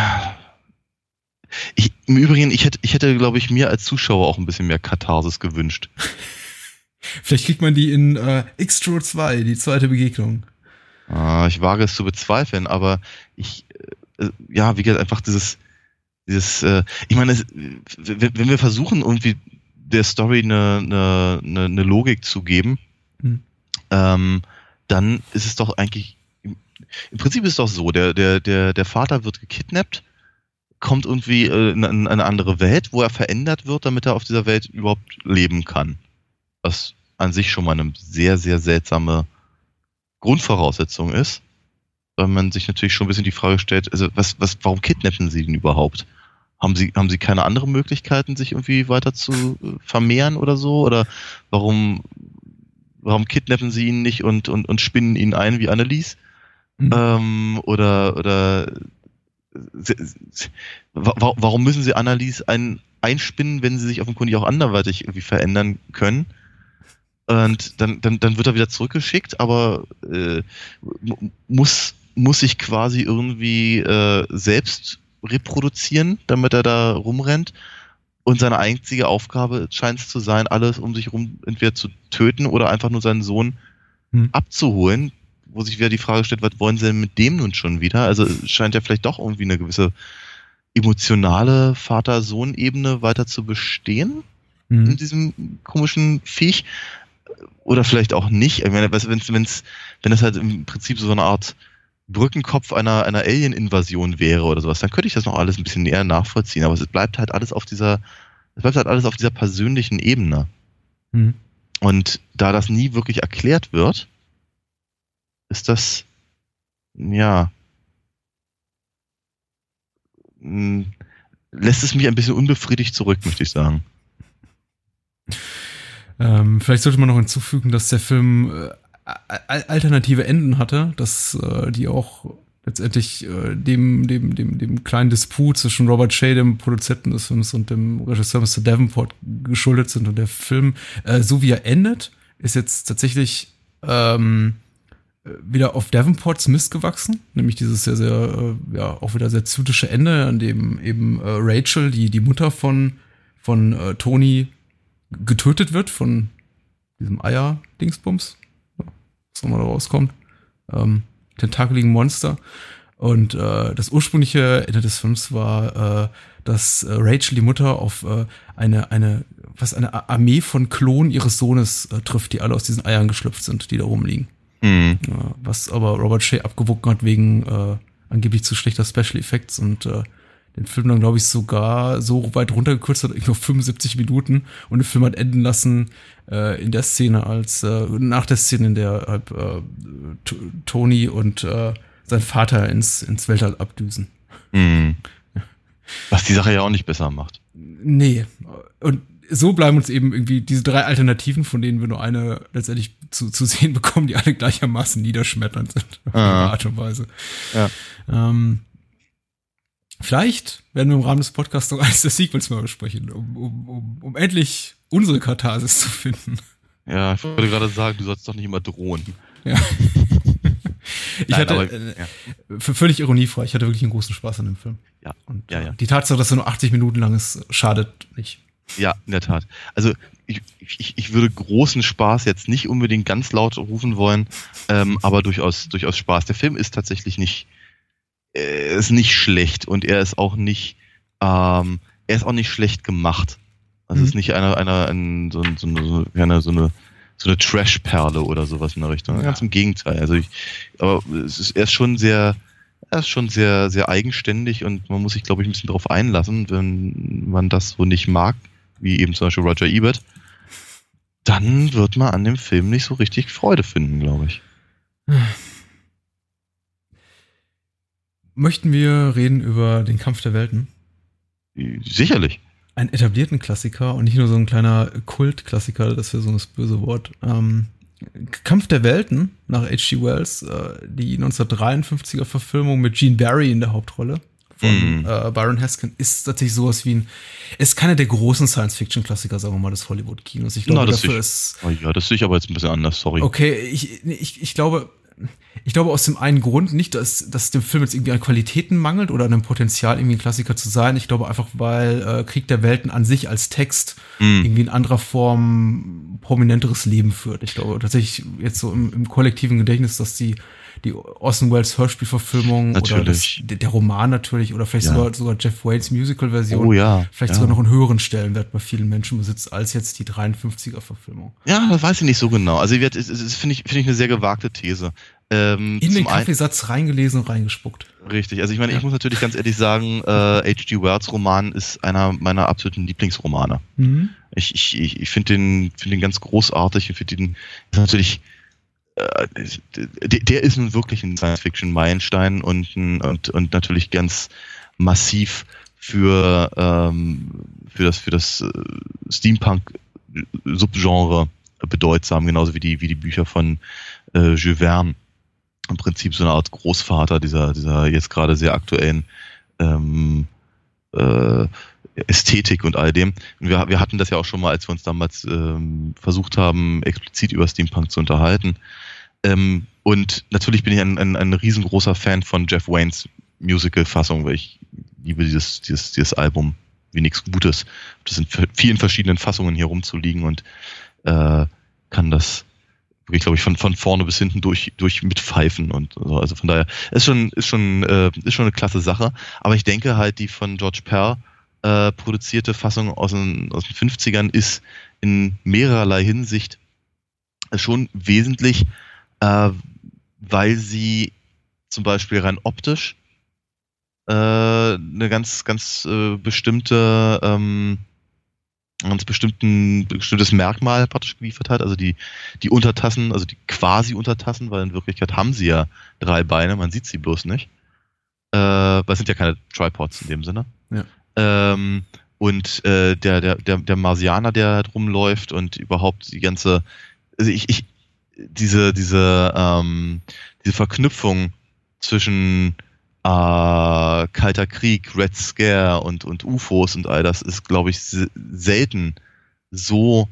ich, im Übrigen, ich hätte, ich hätte, glaube ich, mir als Zuschauer auch ein bisschen mehr Katharsis gewünscht. Vielleicht kriegt man die in äh, X-Tro zwei, die zweite Begegnung. Ah, ich wage es zu bezweifeln, aber ich, äh, ja, wie gesagt, einfach dieses, dieses, äh, ich meine, es, wenn wenn wir versuchen, irgendwie der Story eine, eine, eine, eine Logik zu geben, Hm. ähm, dann ist es doch eigentlich, im, im Prinzip ist es doch so, der, der, der, der Vater wird gekidnappt, kommt irgendwie äh, in, in eine andere Welt, wo er verändert wird, damit er auf dieser Welt überhaupt leben kann. Was an sich schon mal eine sehr, sehr seltsame Grundvoraussetzung ist, weil man sich natürlich schon ein bisschen die Frage stellt, also was, was, warum kidnappen sie denn überhaupt? Haben sie, haben sie keine anderen Möglichkeiten, sich irgendwie weiter zu äh, vermehren oder so? Oder warum, warum kidnappen sie ihn nicht und, und, und spinnen ihn ein wie Annelies? Mhm. Ähm, oder, oder se- se- wa- warum müssen sie Annelies ein, einspinnen, wenn sie sich offenkundig auch anderweitig irgendwie verändern können? Und dann, dann, dann wird er wieder zurückgeschickt, aber äh, mu- muss, muss sich quasi irgendwie äh, selbst reproduzieren, damit er da rumrennt. Und seine einzige Aufgabe scheint es zu sein, alles um sich rum entweder zu töten oder einfach nur seinen Sohn Hm. abzuholen, wo sich wieder die Frage stellt, was wollen sie denn mit dem nun schon wieder? Also es scheint ja vielleicht doch irgendwie eine gewisse emotionale Vater-Sohn-Ebene weiter zu bestehen in Hm. diesem komischen Viech. Oder vielleicht auch nicht. Ich meine, wenn's, wenn's, wenn's, wenn das halt im Prinzip so eine Art Brückenkopf einer, einer Alien-Invasion wäre oder sowas, dann könnte ich das noch alles ein bisschen näher nachvollziehen. Aber es bleibt halt alles auf dieser, es bleibt halt alles auf dieser persönlichen Ebene. Hm. Und da das nie wirklich erklärt wird, ist das, ja, mh, lässt es mich ein bisschen unbefriedigt zurück, möchte ich sagen. Ähm, vielleicht sollte man noch hinzufügen, dass der Film äh, al- alternative Enden hatte, dass äh, die auch letztendlich äh, dem, dem, dem, dem kleinen Disput zwischen Robert Shea, dem Produzenten des Films, und dem Regisseur Mister Davenport geschuldet sind. Und der Film, äh, so wie er endet, ist jetzt tatsächlich ähm, wieder auf Davenports Mist gewachsen, nämlich dieses sehr, sehr, äh, ja, auch wieder sehr zynische Ende, an dem eben äh, Rachel, die, die Mutter von, von äh, Tony, getötet wird von diesem Eier-Dingsbums, was nochmal da rauskommt, ähm, tentakeligen Monster. Und äh, das ursprüngliche Ende des Films war, äh, dass äh, Rachel, die Mutter, auf äh, eine, eine was eine Armee von Klonen ihres Sohnes äh, trifft, die alle aus diesen Eiern geschlüpft sind, die da rumliegen. Mhm. Ja, was aber Robert Shea abgewogen hat wegen äh, angeblich zu schlechter Special Effects und äh, den Film dann, glaube ich, sogar so weit runtergekürzt hat, irgendwie auf fünfundsiebzig Minuten und den Film hat enden lassen äh, in der Szene, als äh, nach der Szene, in der halt, äh, T- Tony und äh, sein Vater ins, ins Weltall abdüsen. Mhm. Was die Sache ja auch nicht besser macht. Nee. Und so bleiben uns eben irgendwie diese drei Alternativen, von denen wir nur eine letztendlich zu, zu sehen bekommen, die alle gleichermaßen niederschmetternd sind. Auf ihre Art und Weise. Ja. Ähm, vielleicht werden wir im Rahmen des Podcasts noch eines der Sequels mal besprechen, um, um, um, um endlich unsere Katharsis zu finden. Ja, ich wollte gerade sagen, du sollst doch nicht immer drohen. Ja. Ich Nein, hatte, aber, äh, ja. für völlig ironiefrei, ich hatte wirklich einen großen Spaß an dem Film. Ja. Und ja, ja. die Tatsache, dass er nur achtzig Minuten lang ist, schadet nicht. Ja, in der Tat. Also ich, ich, ich würde großen Spaß jetzt nicht unbedingt ganz laut rufen wollen, ähm, aber durchaus, durchaus Spaß. Der Film ist tatsächlich nicht, äh, ist nicht schlecht und er ist auch nicht, ähm, er ist auch nicht schlecht gemacht. Also Mhm. es ist nicht einer, einer, ein, so, so, so, eine, so eine, so eine Trash-Perle oder sowas in der Richtung. Ja. Ganz im Gegenteil. Also ich, aber es ist, er ist schon sehr, er ist schon sehr, sehr eigenständig und man muss sich, glaube ich, ein bisschen darauf einlassen, wenn man das so nicht mag, wie eben zum Beispiel Roger Ebert, dann wird man an dem Film nicht so richtig Freude finden, glaube ich. Möchten wir reden über den Kampf der Welten? Sicherlich. Einen etablierten Klassiker und nicht nur so ein kleiner Kultklassiker, das wäre so das böse Wort. Ähm, Kampf der Welten nach H G Wells, äh, die neunzehnhundertdreiundfünfziger Verfilmung mit Gene Barry in der Hauptrolle von Mhm. äh, Byron Haskin, ist tatsächlich sowas wie ein, ist keiner der großen Science-Fiction-Klassiker, sagen wir mal, des Hollywood-Kinos. Ich glaube, Na, das dafür ich- ist, Oh ja, das sehe ich aber jetzt ein bisschen anders, sorry. okay, ich, ich, ich glaube, ich glaube aus dem einen Grund nicht, dass, dass dem Film jetzt irgendwie an Qualitäten mangelt oder an einem Potenzial, irgendwie ein Klassiker zu sein. Ich glaube einfach, weil äh, Krieg der Welten an sich als Text Mhm. irgendwie in anderer Form prominenteres Leben führt. Ich glaube tatsächlich jetzt so im, im kollektiven Gedächtnis, dass die die Orson Welles Hörspielverfilmung oder das, Natürlich. der der Roman natürlich oder vielleicht Ja. sogar, sogar Jeff Wades Musical-Version Oh ja. vielleicht ja. sogar noch einen höheren Stellenwert bei vielen Menschen besitzt als jetzt die dreiundfünfziger-Verfilmung. Ja, das weiß ich nicht so genau. Also das, das, das finde ich, finde ich eine sehr gewagte These. Ähm, In den zum einen- Kaffeesatz reingelesen und reingespuckt. Richtig, also ich meine, Ja. ich muss natürlich ganz ehrlich sagen, äh, H G Wells Roman ist einer meiner absoluten Lieblingsromane. Mhm. Ich, ich, ich, ich finde den, finde den ganz großartig. Ich finde den ist natürlich, äh, der, der ist nun wirklich ein Science-Fiction-Meilenstein und, ein- und, und natürlich ganz massiv für, ähm, für das, für das äh, Steampunk-Subgenre bedeutsam, genauso wie die, wie die Bücher von äh, Jules Verne. Im Prinzip so eine Art Großvater dieser, dieser jetzt gerade sehr aktuellen ähm, äh, Ästhetik und all dem. Und wir, wir hatten das ja auch schon mal, als wir uns damals ähm, versucht haben, explizit über Steampunk zu unterhalten. Ähm, und natürlich bin ich ein, ein, ein riesengroßer Fan von Jeff Waynes Musical-Fassung, weil ich liebe dieses, dieses, dieses Album wie nichts Gutes. Das in vielen verschiedenen Fassungen hier rumzuliegen und äh, kann das wirklich, glaube ich, von, von vorne bis hinten durch, durch mitpfeifen und so. Also von daher ist schon, ist schon, äh, ist schon eine klasse Sache. Aber ich denke halt, die von George Pell äh, produzierte Fassung aus den, aus den fünfzigern ist in mehrerlei Hinsicht schon wesentlich, äh, weil sie zum Beispiel rein optisch äh, eine ganz, ganz äh, bestimmte ähm, ganz bestimmten, bestimmtes Merkmal praktisch geliefert hat. Also die, die Untertassen, also die quasi Untertassen, weil in Wirklichkeit haben sie ja drei Beine, man sieht sie bloß nicht. Äh, weil es sind ja keine Tripods in dem Sinne. Ja. Ähm, und äh, der, der, der, der Marsianer, der halt rumläuft und überhaupt die ganze, also ich, ich, diese, diese, ähm, diese Verknüpfung zwischen Uh, Kalter Krieg, Red Scare und, und U F Os und all das ist, glaube ich, se- selten so,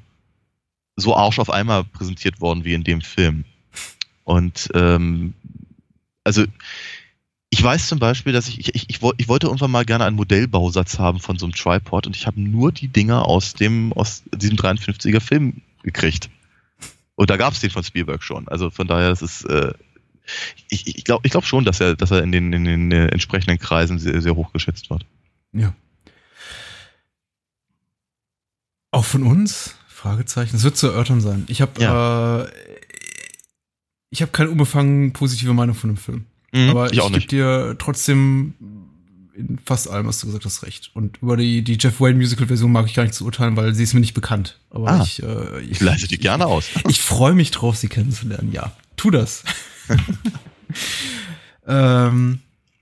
so Arsch auf einmal präsentiert worden wie in dem Film. Und ähm, also ich weiß zum Beispiel, dass ich, ich, ich, ich, woll- ich wollte irgendwann mal gerne einen Modellbausatz haben von so einem Tripod und ich habe nur die Dinger aus dem, aus diesem dreiundfünfziger Film gekriegt. Und da gab es den von Spielberg schon. Also von daher, das ist äh, Ich, ich glaube ich glaub schon, dass er, dass er in den, in den äh, entsprechenden Kreisen sehr, sehr hoch geschätzt wird. Ja. Auch von uns? Fragezeichen. Das wird zu erörtern sein. Ich habe ja. äh, ich habe keine unbefangen positive Meinung von dem Film. Mhm, aber ich, ich gebe dir trotzdem in fast allem, was du gesagt hast, recht. Und über die, die Jeff Wayne Musical-Version mag ich gar nicht zu urteilen, weil sie ist mir nicht bekannt. Aber ah, ich, äh, ich, ich leite die gerne aus. Ich, ich freue mich drauf, sie kennenzulernen. Ja, tu das. ähm,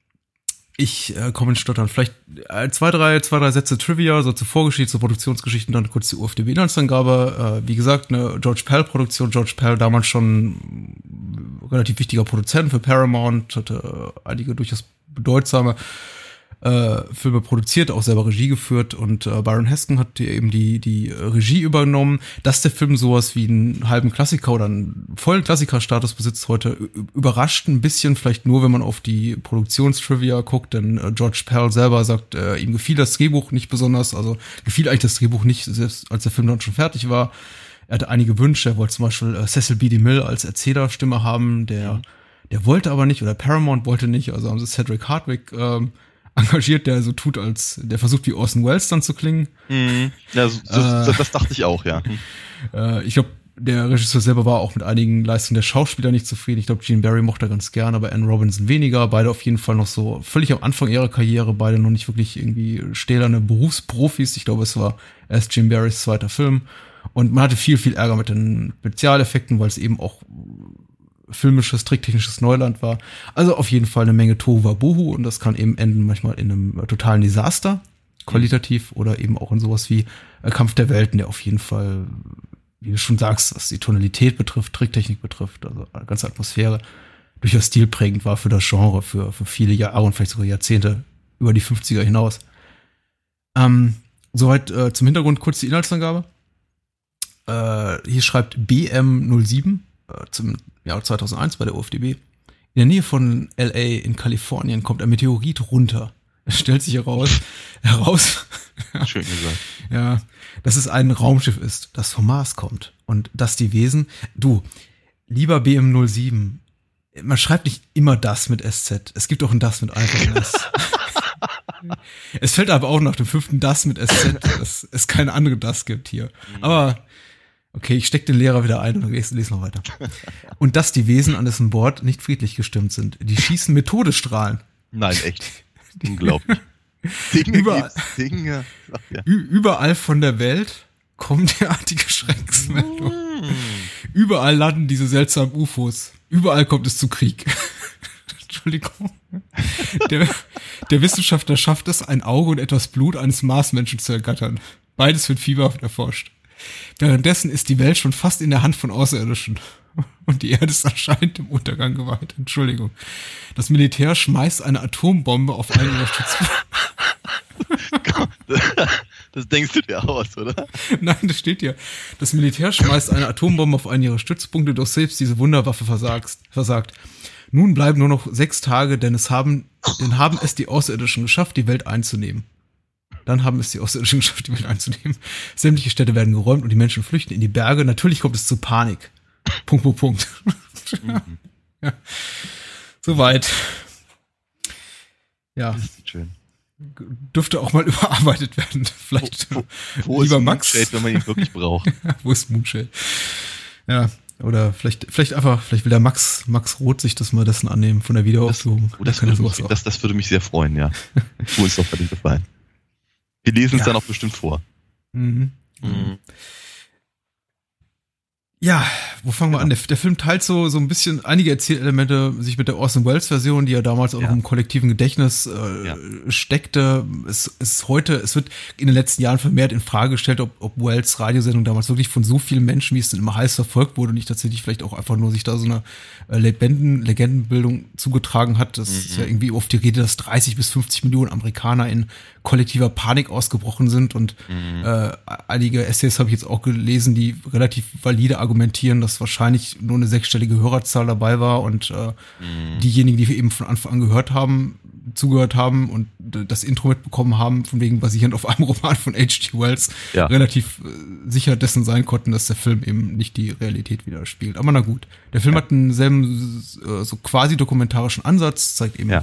ich äh, komme in Stottern. Vielleicht äh, zwei, drei, zwei, drei Sätze Trivia, so zur Vorgeschichte, zur Produktionsgeschichte, dann kurz die U F D B-Inhaltsangabe. Äh, wie gesagt, eine George Pell-Produktion. George Pell damals schon relativ wichtiger Produzent für Paramount, hatte äh, einige durchaus bedeutsame äh, Filme produziert, auch selber Regie geführt und äh, Byron Heston hat eben die die Regie übernommen. Dass der Film sowas wie einen halben Klassiker oder einen vollen Klassikerstatus besitzt heute, überrascht ein bisschen, vielleicht nur, wenn man auf die Produktionstrivia guckt, denn äh, George Pell selber sagt, äh, ihm gefiel das Drehbuch nicht besonders, also gefiel eigentlich das Drehbuch nicht, selbst als der Film dann schon fertig war. Er hatte einige Wünsche, er wollte zum Beispiel äh, Cecil B. DeMille als Erzählerstimme haben, der mhm. der wollte aber nicht, oder Paramount wollte nicht, also haben sie Cedric Hardwicke ähm, engagiert, der so tut, als der versucht, wie Orson Welles dann zu klingen. Mhm. Ja, so, so, äh, das dachte ich auch, ja. Äh, ich glaube, der Regisseur selber war auch mit einigen Leistungen der Schauspieler nicht zufrieden. Ich glaube, Gene Barry mochte er ganz gern, aber Anne Robinson weniger. Beide auf jeden Fall noch so völlig am Anfang ihrer Karriere, beide noch nicht wirklich irgendwie stählerne Berufsprofis. Ich glaube, es war erst Gene Barrys zweiter Film. Und man hatte viel, viel Ärger mit den Spezialeffekten, weil es eben auch filmisches, tricktechnisches Neuland war. Also auf jeden Fall eine Menge Tohuwabohu und das kann eben enden manchmal in einem totalen Desaster, qualitativ, oder eben auch in sowas wie Kampf der Welten, der auf jeden Fall, wie du schon sagst, was die Tonalität betrifft, Tricktechnik betrifft, also ganze Atmosphäre, durchaus stilprägend war für das Genre, für, für viele Jahre und vielleicht sogar Jahrzehnte über die fünfziger hinaus. Ähm, soweit äh, zum Hintergrund kurz die Inhaltsangabe. Äh, hier schreibt B M null sieben äh, zum Jahr zweitausendeins bei der U F D B. In der Nähe von L A in Kalifornien kommt ein Meteorit runter. Es stellt sich heraus, heraus Schön gesagt. Ja, dass es ein Raumschiff ist, das vom Mars kommt. Und dass die Wesen, du, lieber B M null sieben, man schreibt nicht immer das mit S Z. Es gibt auch ein das mit einfachem S. Es fällt aber auch nach dem fünften das mit S Z, dass es keine andere das gibt hier. Aber okay, ich steck den Lehrer wieder ein und lese, lese noch weiter. Und dass die Wesen an dessen Bord nicht friedlich gestimmt sind. Die schießen mit Todesstrahlen. Nein, echt. Unglaublich. Dinge überall, Dinge. Ach, ja. Überall von der Welt kommen derartige Schreckensmeldungen. Mm. Überall landen diese seltsamen U F Os. Überall kommt es zu Krieg. Entschuldigung. Der, der Wissenschaftler schafft es, ein Auge und etwas Blut eines Marsmenschen zu ergattern. Beides wird fieberhaft erforscht. Währenddessen ist die Welt schon fast in der Hand von Außerirdischen. Und die Erde ist anscheinend im Untergang geweiht. Entschuldigung. Das Militär schmeißt eine Atombombe auf einen ihrer Stützpunkte. Das denkst du dir aus, oder? Nein, das steht hier. Das Militär schmeißt eine Atombombe auf einen ihrer Stützpunkte, doch selbst diese Wunderwaffe versagst, versagt. Nun bleiben nur noch sechs Tage, denn es haben, denn haben es die Außerirdischen geschafft, die Welt einzunehmen. Dann haben es die Außerirdischen geschafft, die Welt einzunehmen. Sämtliche Städte werden geräumt und die Menschen flüchten in die Berge. Natürlich kommt es zu Panik. Punkt, Punkt, Punkt. Mhm. Ja. Soweit. Ja. Das ist schön. Dürfte auch mal überarbeitet werden. Vielleicht wo, wo lieber ist Max. Moonshade, wenn man ihn wirklich braucht. Wo ist Moonshade? Ja. Oder vielleicht, vielleicht einfach, vielleicht will der Max, Max Roth sich das mal dessen annehmen von der Wiederaufführung. Das, das, würde, mich, das, das würde mich sehr freuen, ja. Tu uns doch verdammt gefallen. Wir lesen es ja dann auch bestimmt vor. Mhm. Mhm. Ja, wo fangen wir ja. an? Der, der Film teilt so so ein bisschen einige Erzählelemente sich mit der Orson Welles Version, die ja damals auch ja. im kollektiven Gedächtnis äh, ja. steckte. Es ist heute, es wird in den letzten Jahren vermehrt in Frage gestellt, ob, ob Welles Radiosendung damals wirklich von so vielen Menschen, wie es denn immer heiß verfolgt wurde, und nicht tatsächlich vielleicht auch einfach nur sich da so eine äh, Legenden, Legendenbildung zugetragen hat. Das mhm. ist ja irgendwie oft die Rede, dass dreißig bis fünfzig Millionen Amerikaner in kollektiver Panik ausgebrochen sind, und mhm. äh, einige Essays habe ich jetzt auch gelesen, die relativ valide argumentieren, dass wahrscheinlich nur eine sechsstellige Hörerzahl dabei war und äh, mhm. diejenigen, die wir eben von Anfang an gehört haben, zugehört haben und das Intro mitbekommen haben, von wegen basierend auf einem Roman von H G Wells, ja. relativ äh, sicher dessen sein konnten, dass der Film eben nicht die Realität widerspiegelt. Aber na gut, der Film ja. hat einen selben äh, so quasi dokumentarischen Ansatz, zeigt eben ja.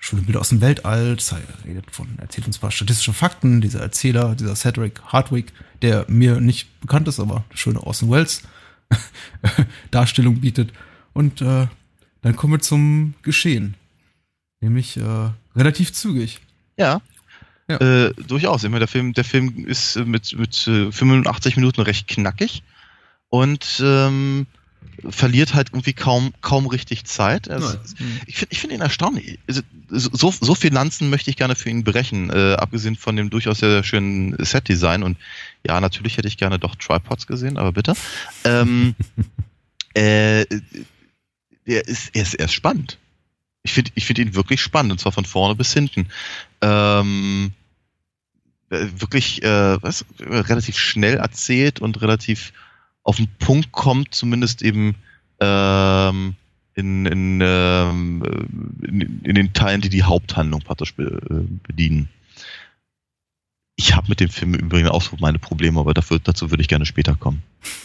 Schule aus dem Weltall, redet von, erzählt uns ein paar statistische Fakten, dieser Erzähler, dieser Cedric Hardwick, der mir nicht bekannt ist, aber eine schöne Orson Welles Darstellung bietet. Und äh, dann kommen wir zum Geschehen. Nämlich äh, relativ zügig. Ja, ja. Äh, durchaus. Ich meine, der Film, der Film ist mit, mit äh, fünfundachtzig Minuten recht knackig und ähm, verliert halt irgendwie kaum, kaum richtig Zeit. Also, ich finde ich finde ihn erstaunlich. Also, so, so viel Lanzen möchte ich gerne für ihn brechen, äh, abgesehen von dem durchaus sehr schönen Set-Design. Und ja, natürlich hätte ich gerne doch Tripods gesehen, aber bitte. Ähm, äh, er, ist, er, ist, er ist spannend. Ich finde ich finde ihn wirklich spannend, und zwar von vorne bis hinten. Ähm, wirklich äh, was, relativ schnell erzählt und relativ auf den Punkt kommt, zumindest eben ähm, in, in, ähm, in, in den Teilen, die die Haupthandlung praktisch be, bedienen. Ich habe mit dem Film übrigens auch so meine Probleme, aber dafür, dazu würde ich gerne später kommen.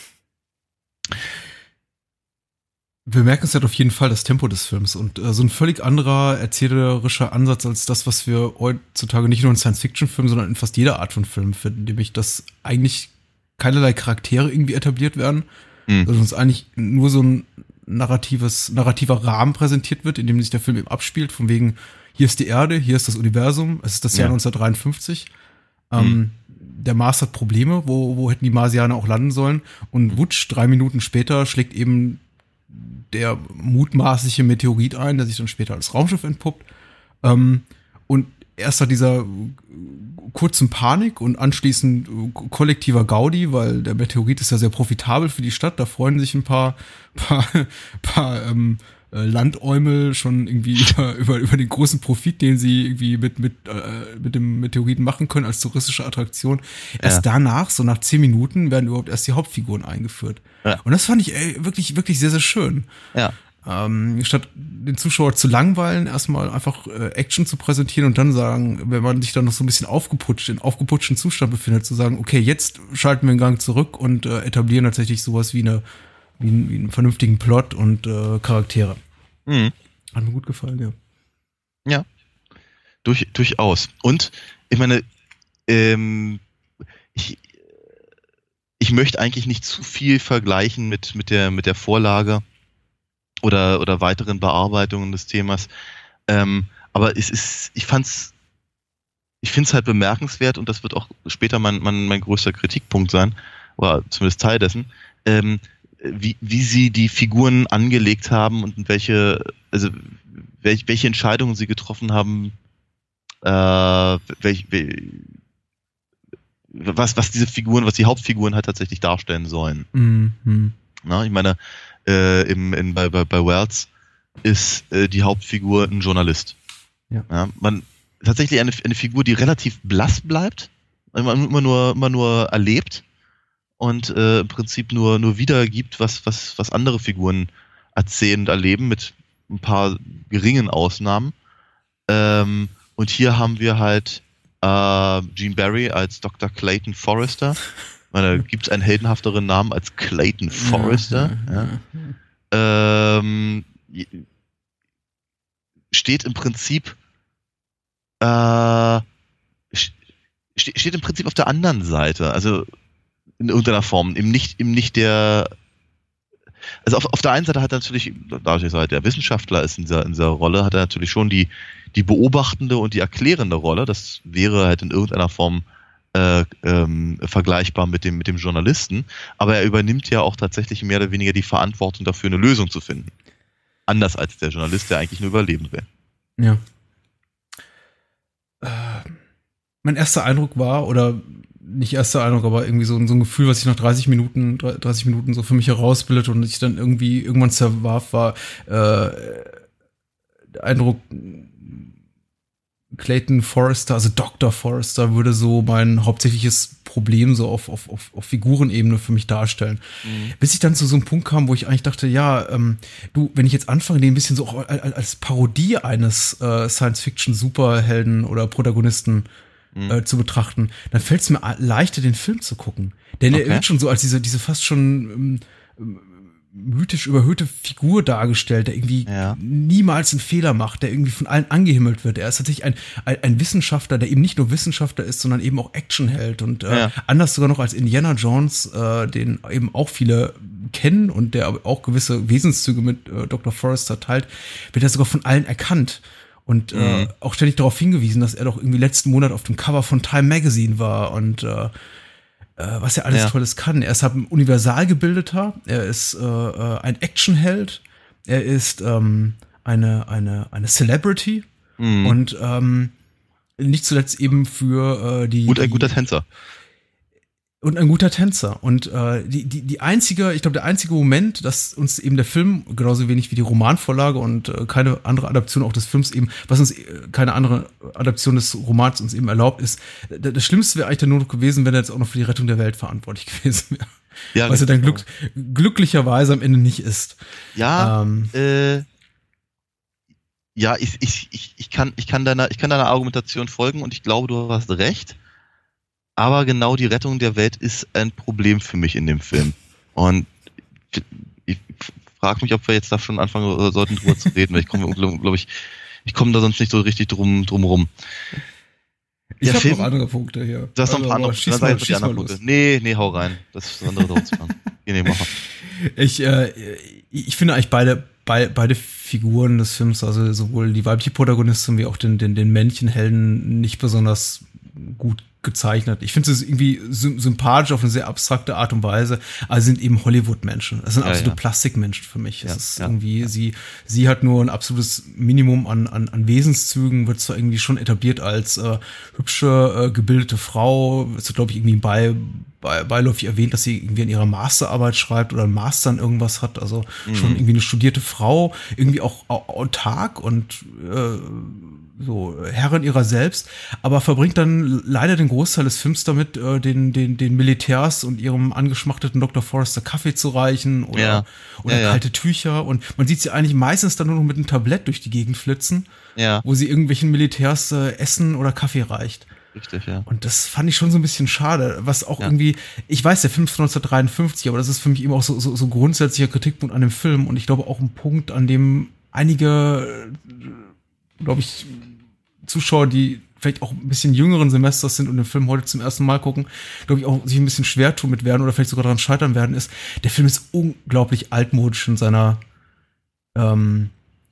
Wir merken es halt auf jeden Fall das Tempo des Films und äh, so ein völlig anderer erzählerischer Ansatz als das, was wir heutzutage nicht nur in Science-Fiction-Filmen, sondern in fast jeder Art von Film finden, nämlich dass eigentlich keinerlei Charaktere irgendwie etabliert werden, mhm. sondern uns eigentlich nur so ein narratives, narrativer Rahmen präsentiert wird, in dem sich der Film eben abspielt, von wegen, hier ist die Erde, hier ist das Universum, es ist das Jahr ja. neunzehnhundertdreiundfünfzig, mhm. ähm, der Mars hat Probleme, wo, wo hätten die Marsianer auch landen sollen, und wutsch, drei Minuten später schlägt eben der mutmaßliche Meteorit ein, der sich dann später als Raumschiff entpuppt. Ähm, und erst hat dieser kurzen Panik und anschließend kollektiver Gaudi, weil der Meteorit ist ja sehr profitabel für die Stadt. Da freuen sich ein paar, paar, paar ähm, Landäumel schon irgendwie über, über, über den großen Profit, den sie irgendwie mit, mit, äh, mit dem Meteoriten machen können als touristische Attraktion. Erst ja. danach, so nach zehn Minuten, werden überhaupt erst die Hauptfiguren eingeführt. Ja. Und das fand ich ey, wirklich, wirklich sehr, sehr schön. Ja. Ähm, statt den Zuschauer zu langweilen, erstmal einfach äh, Action zu präsentieren und dann sagen, wenn man sich dann noch so ein bisschen aufgeputscht, in aufgeputschten Zustand befindet, zu sagen, okay, jetzt schalten wir den Gang zurück und äh, etablieren tatsächlich sowas wie eine wie, ein, wie einen vernünftigen Plot und äh, Charaktere. Mhm. Hat mir gut gefallen, ja. Ja, Durch, durchaus. Und ich meine, ähm, ich, ich möchte eigentlich nicht zu viel vergleichen mit, mit, der, mit der Vorlage oder, oder weiteren Bearbeitungen des Themas. Ähm, aber es ist, ich fand's, ich finde es halt bemerkenswert, und das wird auch später mein, mein, mein größter Kritikpunkt sein, oder zumindest Teil dessen, ähm, wie, wie sie die Figuren angelegt haben und welche, also welch, welche Entscheidungen sie getroffen haben, äh, welch, welch, was, was diese Figuren, was die Hauptfiguren halt tatsächlich darstellen sollen. Mhm. Na, ich meine, äh, im, in, bei, bei, bei Wells ist äh, die Hauptfigur ein Journalist. Ja. Ja, man, tatsächlich eine, eine Figur, die relativ blass bleibt, immer, immer nur, immer nur erlebt und äh, im Prinzip nur, nur wiedergibt, was, was, was andere Figuren erzählen und erleben, mit ein paar geringen Ausnahmen. Ähm, und hier haben wir halt äh, Gene Barry als Doktor Clayton Forrester. Ich meine, gibt es einen heldenhafteren Namen als Clayton Forrester? Ja. Ähm, steht im Prinzip äh, steht im Prinzip auf der anderen Seite, also in irgendeiner Form, eben nicht, eben nicht der, also auf, auf der einen Seite hat er natürlich, dadurch, dass er halt der Wissenschaftler ist in dieser, in dieser Rolle, hat er natürlich schon die, die beobachtende und die erklärende Rolle. Das wäre halt in irgendeiner Form äh, ähm, vergleichbar mit dem, mit dem Journalisten, aber er übernimmt ja auch tatsächlich mehr oder weniger die Verantwortung dafür, eine Lösung zu finden. Anders als der Journalist, der eigentlich nur überleben will. Ja. Äh, mein erster Eindruck war, oder nicht erster Eindruck, aber irgendwie so, so ein Gefühl, was sich nach dreißig Minuten, dreißig Minuten so für mich herausbildet und ich dann irgendwie irgendwann zerwarf, war äh, der Eindruck, Clayton Forrester, also Doktor Forrester, würde so mein hauptsächliches Problem so auf, auf, auf, auf Figurenebene für mich darstellen. Mhm. Bis ich dann zu so einem Punkt kam, wo ich eigentlich dachte, ja, ähm, du, wenn ich jetzt anfange, den ein bisschen so auch als Parodie eines äh, Science-Fiction-Superhelden oder Protagonisten mhm. äh, zu betrachten, dann fällt es mir leichter, den Film zu gucken. Denn okay. er wird schon so als diese, diese fast schon ähm, mythisch überhöhte Figur dargestellt, der irgendwie ja. niemals einen Fehler macht, der irgendwie von allen angehimmelt wird. Er ist tatsächlich ein, ein, ein Wissenschaftler, der eben nicht nur Wissenschaftler ist, sondern eben auch Actionheld und äh, ja. anders sogar noch als Indiana Jones, äh, den eben auch viele kennen und der aber auch gewisse Wesenszüge mit äh, Doktor Forrester teilt, wird er sogar von allen erkannt. Und mhm. äh, auch ständig darauf hingewiesen, dass er doch irgendwie letzten Monat auf dem Cover von Time Magazine war und äh, äh, was er alles ja. Tolles kann. Er ist halt ein Universalgebildeter, er ist äh, äh, ein Actionheld, er ist ähm, eine, eine, eine Celebrity mhm. und ähm, nicht zuletzt eben für äh, die... Und ein guter Tänzer. Und ein guter Tänzer. Und äh, die, die, die einzige, ich glaube, der einzige Moment, dass uns eben der Film, genauso wenig wie die Romanvorlage und äh, keine andere Adaption auch des Films eben, was uns äh, keine andere Adaption des Romans uns eben erlaubt ist, das, das Schlimmste wäre eigentlich dann nur noch gewesen, wenn er jetzt auch noch für die Rettung der Welt verantwortlich gewesen wäre. Ja, was er dann glück, glücklicherweise am Ende nicht ist. Ja, ähm, äh, ja, ich, ich, ich, ich, kann, ich, kann deiner, ich kann deiner Argumentation folgen und ich glaube, du hast recht. Aber genau die Rettung der Welt ist ein Problem für mich in dem Film. Und ich, ich frage mich, ob wir jetzt da schon anfangen sollten, drüber zu reden, weil ich komme, glaube ich, ich komme da sonst nicht so richtig drum, drum rum. Ich habe noch andere Punkte hier. Du hast noch ein paar andere, schieß mal, schieß mal Punkte. Nee, nee, hau rein. Das ist das andere drauf zu machen. Nee, nee, mach mal. Ich, äh, ich finde eigentlich beide, beide, beide Figuren des Films, also sowohl die weibliche Protagonistin wie auch den, den, den Männchenhelden nicht besonders gut gezeichnet. Ich finde es irgendwie sympathisch auf eine sehr abstrakte Art und Weise, aber sie sind eben Hollywood-Menschen. Das sind ja, absolute ja. Plastikmenschen für mich. Es ja, ist ja, irgendwie, ja. sie, sie hat nur ein absolutes Minimum an, an, an Wesenszügen, wird zwar irgendwie schon etabliert als äh, hübsche, äh, gebildete Frau, ist, glaube ich, irgendwie bei, bei, beiläufig erwähnt, dass sie irgendwie an ihrer Masterarbeit schreibt oder einen Master in irgendwas hat, also mhm. schon irgendwie eine studierte Frau, irgendwie auch autark und äh, so Herrin ihrer selbst, aber verbringt dann leider den Großteil des Films damit, äh, den, den, den Militärs und ihrem angeschmachteten Doktor Forrester Kaffee zu reichen oder, ja. oder ja, kalte ja. Tücher und man sieht sie eigentlich meistens dann nur noch mit einem Tablett durch die Gegend flitzen, ja. wo sie irgendwelchen Militärs äh, Essen oder Kaffee reicht. Richtig, ja. Und das fand ich schon so ein bisschen schade, was auch ja. irgendwie, ich weiß, der Film ist von neunzehnhundertdreiundfünfzig, aber das ist für mich eben auch so, so, so grundsätzlicher Kritikpunkt an dem Film und ich glaube auch ein Punkt, an dem einige, glaube ich, Zuschauer, die vielleicht auch ein bisschen jüngeren Semesters sind und den Film heute zum ersten Mal gucken, glaube ich auch sich ein bisschen schwer tun mit werden oder vielleicht sogar daran scheitern werden, ist, der Film ist unglaublich altmodisch in seiner ähm,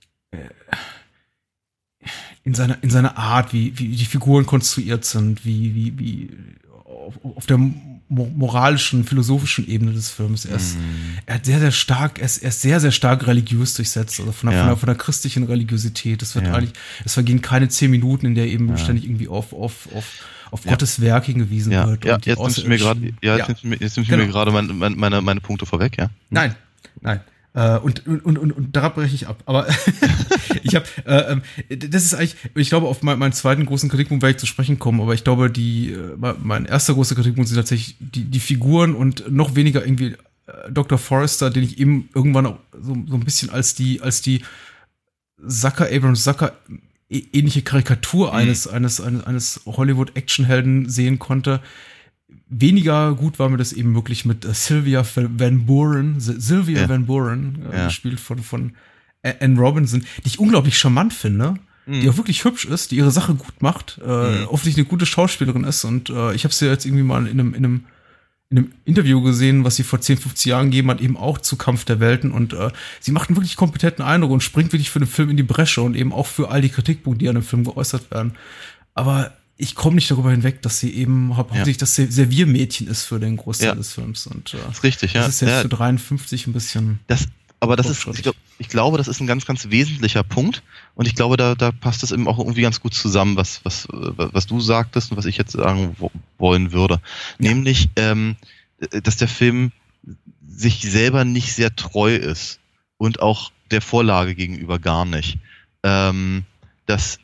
in seiner in seiner Art, wie wie die Figuren konstruiert sind, wie wie wie auf, auf der moralischen, philosophischen Ebene des Films. Er ist, mm. er hat sehr, sehr stark, er ist, er ist sehr, sehr stark religiös durchsetzt, also von der, ja. von der, von der christlichen Religiosität. Es wird ja. eigentlich, es vergehen keine zehn Minuten, in der eben ja. ständig irgendwie auf, auf, auf, auf ja. Gottes Werk hingewiesen ja. wird. Ja, jetzt nimmst du mir gerade, ja, ja. jetzt nimmst du mir genau. gerade meine, meine, meine Punkte vorweg, ja? Nein, nein. Uh, und, und, und, und da breche ich ab. Aber ich habe, äh, das ist eigentlich, ich glaube, auf mein, meinen zweiten großen Kritikpunkt werde ich zu sprechen kommen, aber ich glaube, die, äh, mein erster großer Kritikpunkt sind tatsächlich die, die Figuren und noch weniger irgendwie äh, Doktor Forrester, den ich eben irgendwann auch so, so ein bisschen als die, als die Zucker, Abrams Zucker ähnliche Karikatur mhm. eines, eines, eines, eines Hollywood-Actionhelden sehen konnte. Weniger gut war mir das eben wirklich mit äh, Sylvia Van Buren, Sylvia ja. Van Buren, äh, ja. gespielt von, von Anne Robinson, die ich unglaublich charmant finde, mhm. die auch wirklich hübsch ist, die ihre Sache gut macht, äh, mhm. offensichtlich eine gute Schauspielerin ist und äh, ich habe sie jetzt irgendwie mal in einem, in einem in einem Interview gesehen, was sie vor zehn, fünfzehn Jahren gegeben hat, eben auch zu Kampf der Welten und äh, sie macht einen wirklich kompetenten Eindruck und springt wirklich für den Film in die Bresche und eben auch für all die Kritikpunkte, die an dem Film geäußert werden. Aber ich komme nicht darüber hinweg, dass sie eben hauptsächlich ja. das Serviermädchen ist für den Großteil ja. des Films. Und, äh, das ist richtig, ja. Das ist jetzt ja. für dreiundfünfzig ein bisschen. Das, aber das ist, ich, glaub, ich glaube, das ist ein ganz, ganz wesentlicher Punkt. Und ich glaube, da, da passt es eben auch irgendwie ganz gut zusammen, was, was, was du sagtest und was ich jetzt sagen wollen würde. Ja. Nämlich, ähm, dass der Film sich selber nicht sehr treu ist und auch der Vorlage gegenüber gar nicht. Ähm, dass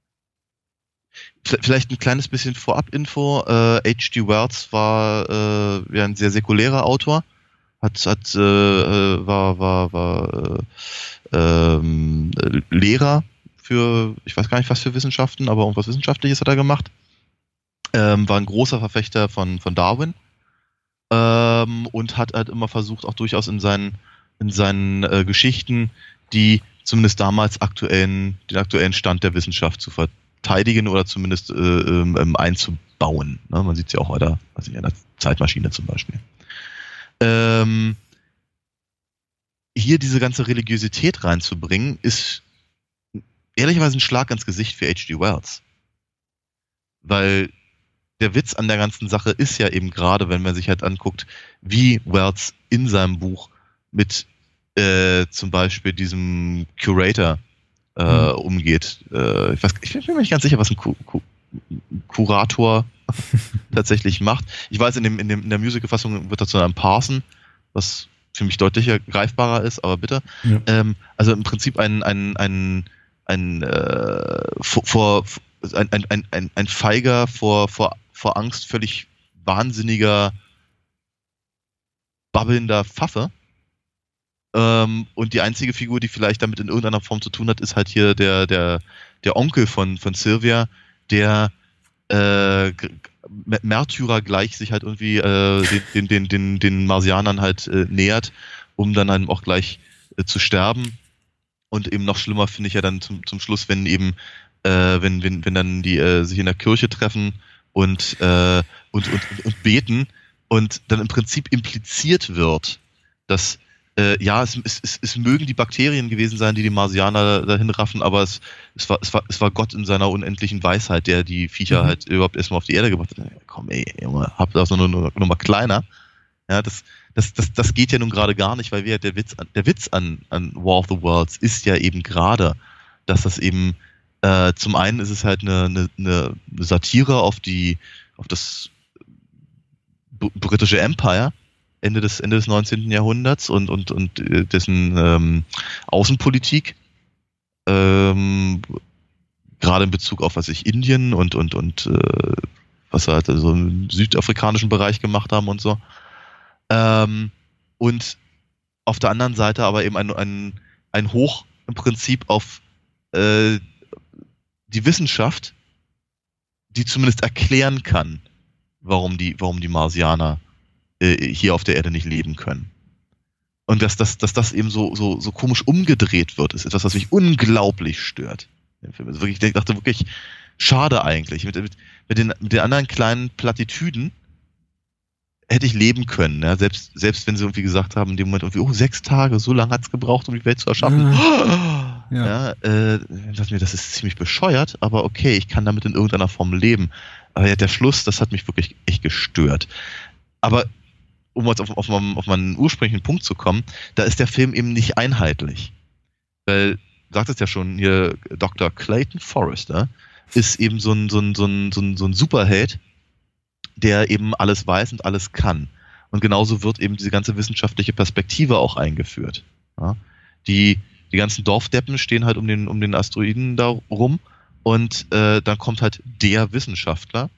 Vielleicht ein kleines bisschen Vorab-Info. Äh, H G Wells war äh, ja, ein sehr säkulärer Autor, hat, hat äh, war war war äh, ähm, Lehrer für, ich weiß gar nicht was für Wissenschaften, aber irgendwas Wissenschaftliches hat er gemacht. Ähm, war ein großer Verfechter von von Darwin ähm, und hat halt immer versucht, auch durchaus in seinen in seinen äh, Geschichten, die zumindest damals aktuellen, den aktuellen Stand der Wissenschaft zu verteidigen oder zumindest äh, ähm, einzubauen. Ne? Man sieht es ja auch heute, also in der Zeitmaschine zum Beispiel. Ähm, hier diese ganze Religiosität reinzubringen, ist ehrlicherweise ein Schlag ins Gesicht für H G Wells. Weil der Witz an der ganzen Sache ist ja eben gerade, wenn man sich halt anguckt, wie Wells in seinem Buch mit äh, zum Beispiel diesem Curator äh, mhm. umgeht. Äh, ich, weiß, ich bin mir nicht ganz sicher, was ein Ku- Ku- Kurator tatsächlich macht. Ich weiß, in, dem, in, dem, in der Musical-Fassung wird dazu ein Parson, was für mich deutlicher greifbarer ist, aber bitte. Ja. Ähm, also im Prinzip ein, ein, ein, ein, äh, vor, vor, ein, ein, ein, ein feiger, vor, vor, vor Angst völlig wahnsinniger, babbelnder Pfaffe. Ähm, und die einzige Figur, die vielleicht damit in irgendeiner Form zu tun hat, ist halt hier der, der, der Onkel von, von Sylvia, der äh, Märtyrer gleich sich halt irgendwie äh, den, den, den, den Marsianern halt äh, nähert, um dann halt auch gleich äh, zu sterben. Und eben noch schlimmer finde ich ja dann zum, zum Schluss, wenn eben, äh, wenn, wenn, wenn dann die äh, sich in der Kirche treffen und, äh, und, und, und beten und dann im Prinzip impliziert wird, dass Äh, ja, es, es, es, es mögen die Bakterien gewesen sein, die die Marsianer dahin raffen, aber es, es, war, es, war, es war Gott in seiner unendlichen Weisheit, der die Viecher mhm. halt überhaupt erstmal auf die Erde gebracht hat. Komm, ey, Junge, hab das nur, nur, nur mal kleiner. Ja, das, das, das, das geht ja nun gerade gar nicht, weil wir der Witz an, der Witz an, an War of the Worlds ist ja eben gerade, dass das eben äh, zum einen ist es halt eine, eine, eine Satire auf die, auf das b- britische Empire, Ende des, Ende des neunzehnten Jahrhunderts und, und, und dessen ähm, Außenpolitik, ähm, gerade in Bezug auf, was ich, Indien und, und, und äh, was sie halt so im südafrikanischen Bereich gemacht haben und so. Ähm, und auf der anderen Seite aber eben ein, ein, ein Hoch im Prinzip auf äh, die Wissenschaft, die zumindest erklären kann, warum die, warum die Marsianer hier auf der Erde nicht leben können. Und dass, dass, dass das eben so, so, so komisch umgedreht wird, ist etwas, was mich unglaublich stört. Also wirklich, ich dachte wirklich, schade eigentlich. Mit, mit, mit, den, mit den anderen kleinen Plattitüden hätte ich leben können. Ja? Selbst, selbst wenn sie irgendwie gesagt haben, in dem Moment irgendwie, oh, sechs Tage, so lange hat es gebraucht, um die Welt zu erschaffen. Ja. Ja, äh, das, das ist ziemlich bescheuert, aber okay, ich kann damit in irgendeiner Form leben. Aber ja, der Schluss, das hat mich wirklich echt gestört. Aber um jetzt auf, auf, auf meinen ursprünglichen Punkt zu kommen, da ist der Film eben nicht einheitlich. Weil, sagt es ja schon, hier Doktor Clayton Forrester ist eben so ein, so ein, so ein, so ein, so ein Superheld, der eben alles weiß und alles kann. Und genauso wird eben diese ganze wissenschaftliche Perspektive auch eingeführt. Ja? Die, die ganzen Dorfdeppen stehen halt um den, um den Asteroiden da rum und äh, dann kommt halt der Wissenschaftler,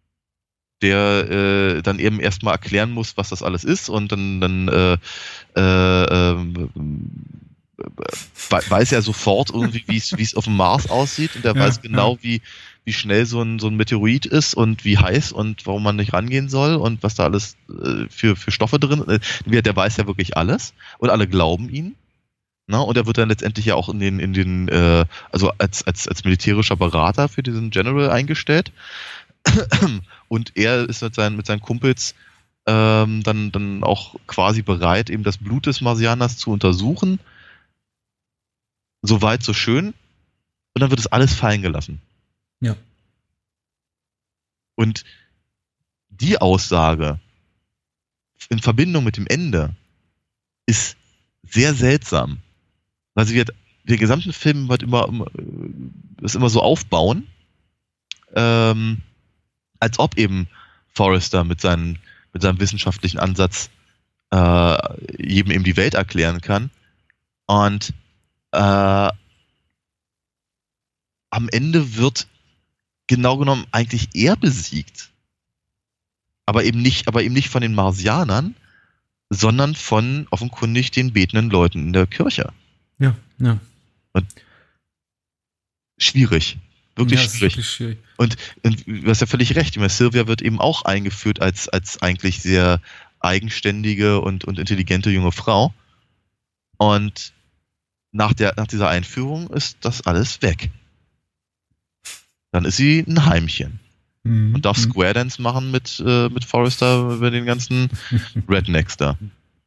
der äh, dann eben erstmal erklären muss, was das alles ist und dann, dann äh, äh, äh, weiß er sofort irgendwie, wie es wie es auf dem Mars aussieht und er ja, weiß genau, ja. wie, wie schnell so ein, so ein Meteorit ist und wie heiß und warum man nicht rangehen soll und was da alles äh, für, für Stoffe drin äh, der weiß ja wirklich alles und alle glauben ihn. Na, und er wird dann letztendlich ja auch in den, in den äh, also als, als, als militärischer Berater für diesen General eingestellt. Und er ist mit seinen, mit seinen Kumpels ähm, dann, dann auch quasi bereit, eben das Blut des Marsianers zu untersuchen. So weit, so schön. Und dann wird es alles fallen gelassen. Ja. Und die Aussage in Verbindung mit dem Ende ist sehr seltsam. Weil sie wird, den gesamten Film wird immer, immer, das immer so aufbauen, ähm, als ob eben Forrester mit, seinen, mit seinem wissenschaftlichen Ansatz äh, jedem eben die Welt erklären kann. Und äh, am Ende wird genau genommen eigentlich er besiegt. Aber eben nicht, aber eben nicht von den Marsianern, sondern von offenkundig den betenden Leuten in der Kirche. Ja, ja. Und schwierig. Wirklich, ja, schwierig. wirklich schwierig. Und, und du hast ja völlig recht. Sylvia wird eben auch eingeführt als, als eigentlich sehr eigenständige und, und intelligente junge Frau. Und nach, der, nach dieser Einführung ist das alles weg. Dann ist sie ein Heimchen. Mhm. Und darf Square Dance machen mit, äh, mit Forrester über den ganzen Rednecks da.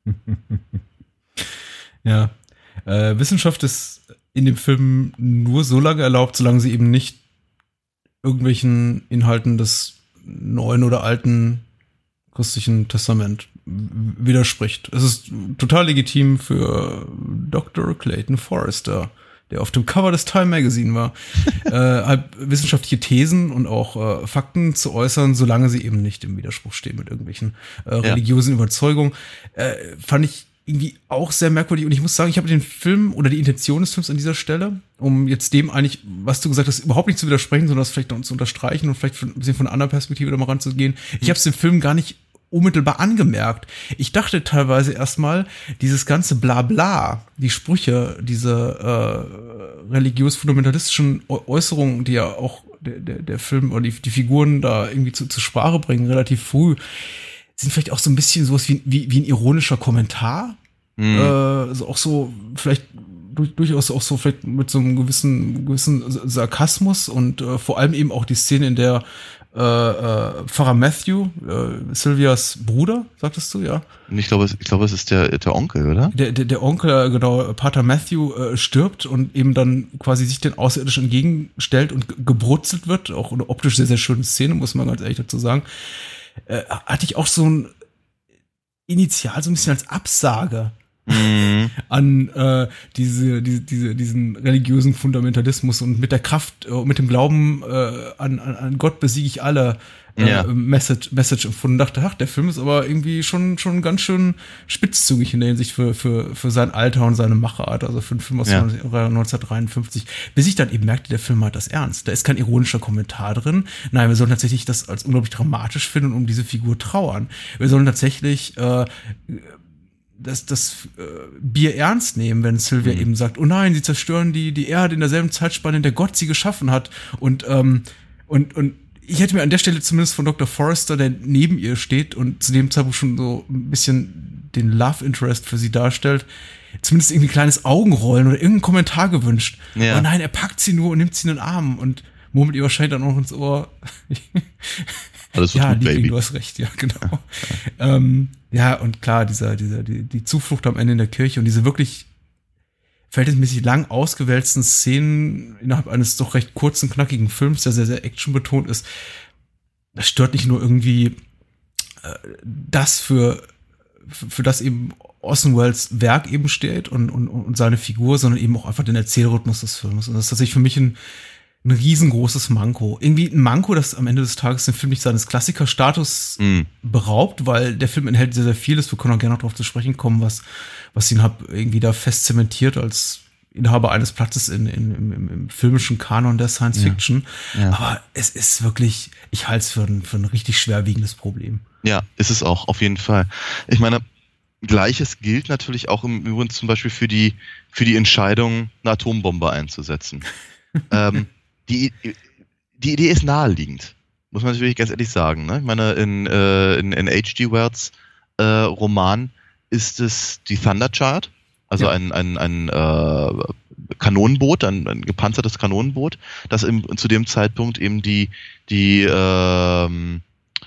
Ja. Äh, Wissenschaft ist in dem Film nur so lange erlaubt, solange sie eben nicht irgendwelchen Inhalten des neuen oder alten christlichen Testament widerspricht. Es ist total legitim für Doktor Clayton Forrester, der auf dem Cover des Time Magazine war, äh, halt wissenschaftliche Thesen und auch äh, Fakten zu äußern, solange sie eben nicht im Widerspruch stehen mit irgendwelchen äh, religiösen ja. Überzeugungen. Äh, fand ich irgendwie auch sehr merkwürdig. Und ich muss sagen, ich habe den Film oder die Intention des Films an dieser Stelle, um jetzt dem eigentlich, was du gesagt hast, überhaupt nicht zu widersprechen, sondern das vielleicht noch zu unterstreichen und vielleicht ein bisschen von einer anderen Perspektive da mal ranzugehen. Mhm. Ich habe es dem Film gar nicht unmittelbar angemerkt. Ich dachte teilweise erstmal, dieses ganze Blabla, die Sprüche, diese äh, religiös-fundamentalistischen Äußerungen, die ja auch der, der, der Film oder die, die Figuren da irgendwie zu, zur Sprache bringen, relativ früh, sind vielleicht auch so ein bisschen sowas wie, wie, wie ein ironischer Kommentar. Mhm. Äh, also auch so, vielleicht durch, durchaus auch so vielleicht mit so einem gewissen, gewissen Sarkasmus und äh, vor allem eben auch die Szene, in der Äh, äh, Pfarrer Matthew, äh, Sylvias Bruder, sagtest du, ja? Ich glaube, ich glaube, es ist der, der Onkel, oder? Der, der, der Onkel, genau, Pater Matthew äh, stirbt und eben dann quasi sich den Außerirdischen entgegenstellt und ge- gebrutzelt wird. Auch eine optisch sehr, sehr schöne Szene, muss man ganz ehrlich dazu sagen. Äh, hatte ich auch so ein initial so ein bisschen als Absage mhm. an äh, diese, diese, diese, diesen religiösen Fundamentalismus und mit der Kraft, äh, mit dem Glauben äh, an, an, an Gott besiege ich alle äh, ja. Message, Message empfunden. Dachte, ach, der Film ist aber irgendwie schon, schon ganz schön spitzzügig in der Hinsicht für, für, für sein Alter und seine Machart, also für einen Film aus ja. neunzehnhundertdreiundfünfzig, bis ich dann eben merkte, der Film meint das ernst. Da ist kein ironischer Kommentar drin. Nein, wir sollen tatsächlich das als unglaublich dramatisch finden und um diese Figur trauern. Wir sollen tatsächlich äh, das, das äh, Bier ernst nehmen, wenn Sylvia mhm. eben sagt, oh nein, sie zerstören die, die Erde in derselben Zeitspanne, in der Gott sie geschaffen hat. Und, ähm, und, und ich hätte mir an der Stelle zumindest von Doktor Forrester, der neben ihr steht und zu dem Zeitpunkt schon so ein bisschen den Love Interest für sie darstellt, zumindest irgendwie ein kleines Augenrollen oder irgendeinen Kommentar gewünscht. Ja. Oh nein, er packt sie nur und nimmt sie in den Arm und murmelt ihr wahrscheinlich dann auch ins Ohr. Alles wird ja, gut, Liebling, Baby. du hast recht, ja, genau. Ja, ähm, ja und klar, dieser, dieser, die, die Zuflucht am Ende in der Kirche und diese wirklich verhältnismäßig lang ausgewälzten Szenen innerhalb eines doch recht kurzen, knackigen Films, der sehr, sehr actionbetont ist, das stört nicht nur irgendwie äh, das für, für, für das eben Orson Welles Werk eben steht und, und, und seine Figur, sondern eben auch einfach den Erzählrhythmus des Films. Und das ist tatsächlich für mich ein ein riesengroßes Manko. Irgendwie ein Manko, das am Ende des Tages den Film nicht seines Klassikerstatus mm. beraubt, weil der Film enthält sehr, sehr vieles. Wir können auch gerne noch darauf zu sprechen kommen, was, was ihn hab irgendwie da fest zementiert als Inhaber eines Platzes in, in, im, im, im filmischen Kanon der Science Fiction. Ja. Ja. Aber es ist wirklich, ich halte es für ein, für ein richtig schwerwiegendes Problem. Ja, ist es auch, auf jeden Fall. Ich meine, Gleiches gilt natürlich auch im Übrigen zum Beispiel für die, für die Entscheidung, eine Atombombe einzusetzen. ähm, Die, die Idee ist naheliegend, muss man natürlich ganz ehrlich sagen. Ne? Ich meine, in, äh, in, in H G Wells äh, Roman ist es die Thunder Child, also ja. ein, ein, ein äh, Kanonenboot, ein, ein gepanzertes Kanonenboot, das im, zu dem Zeitpunkt eben die, die ähm,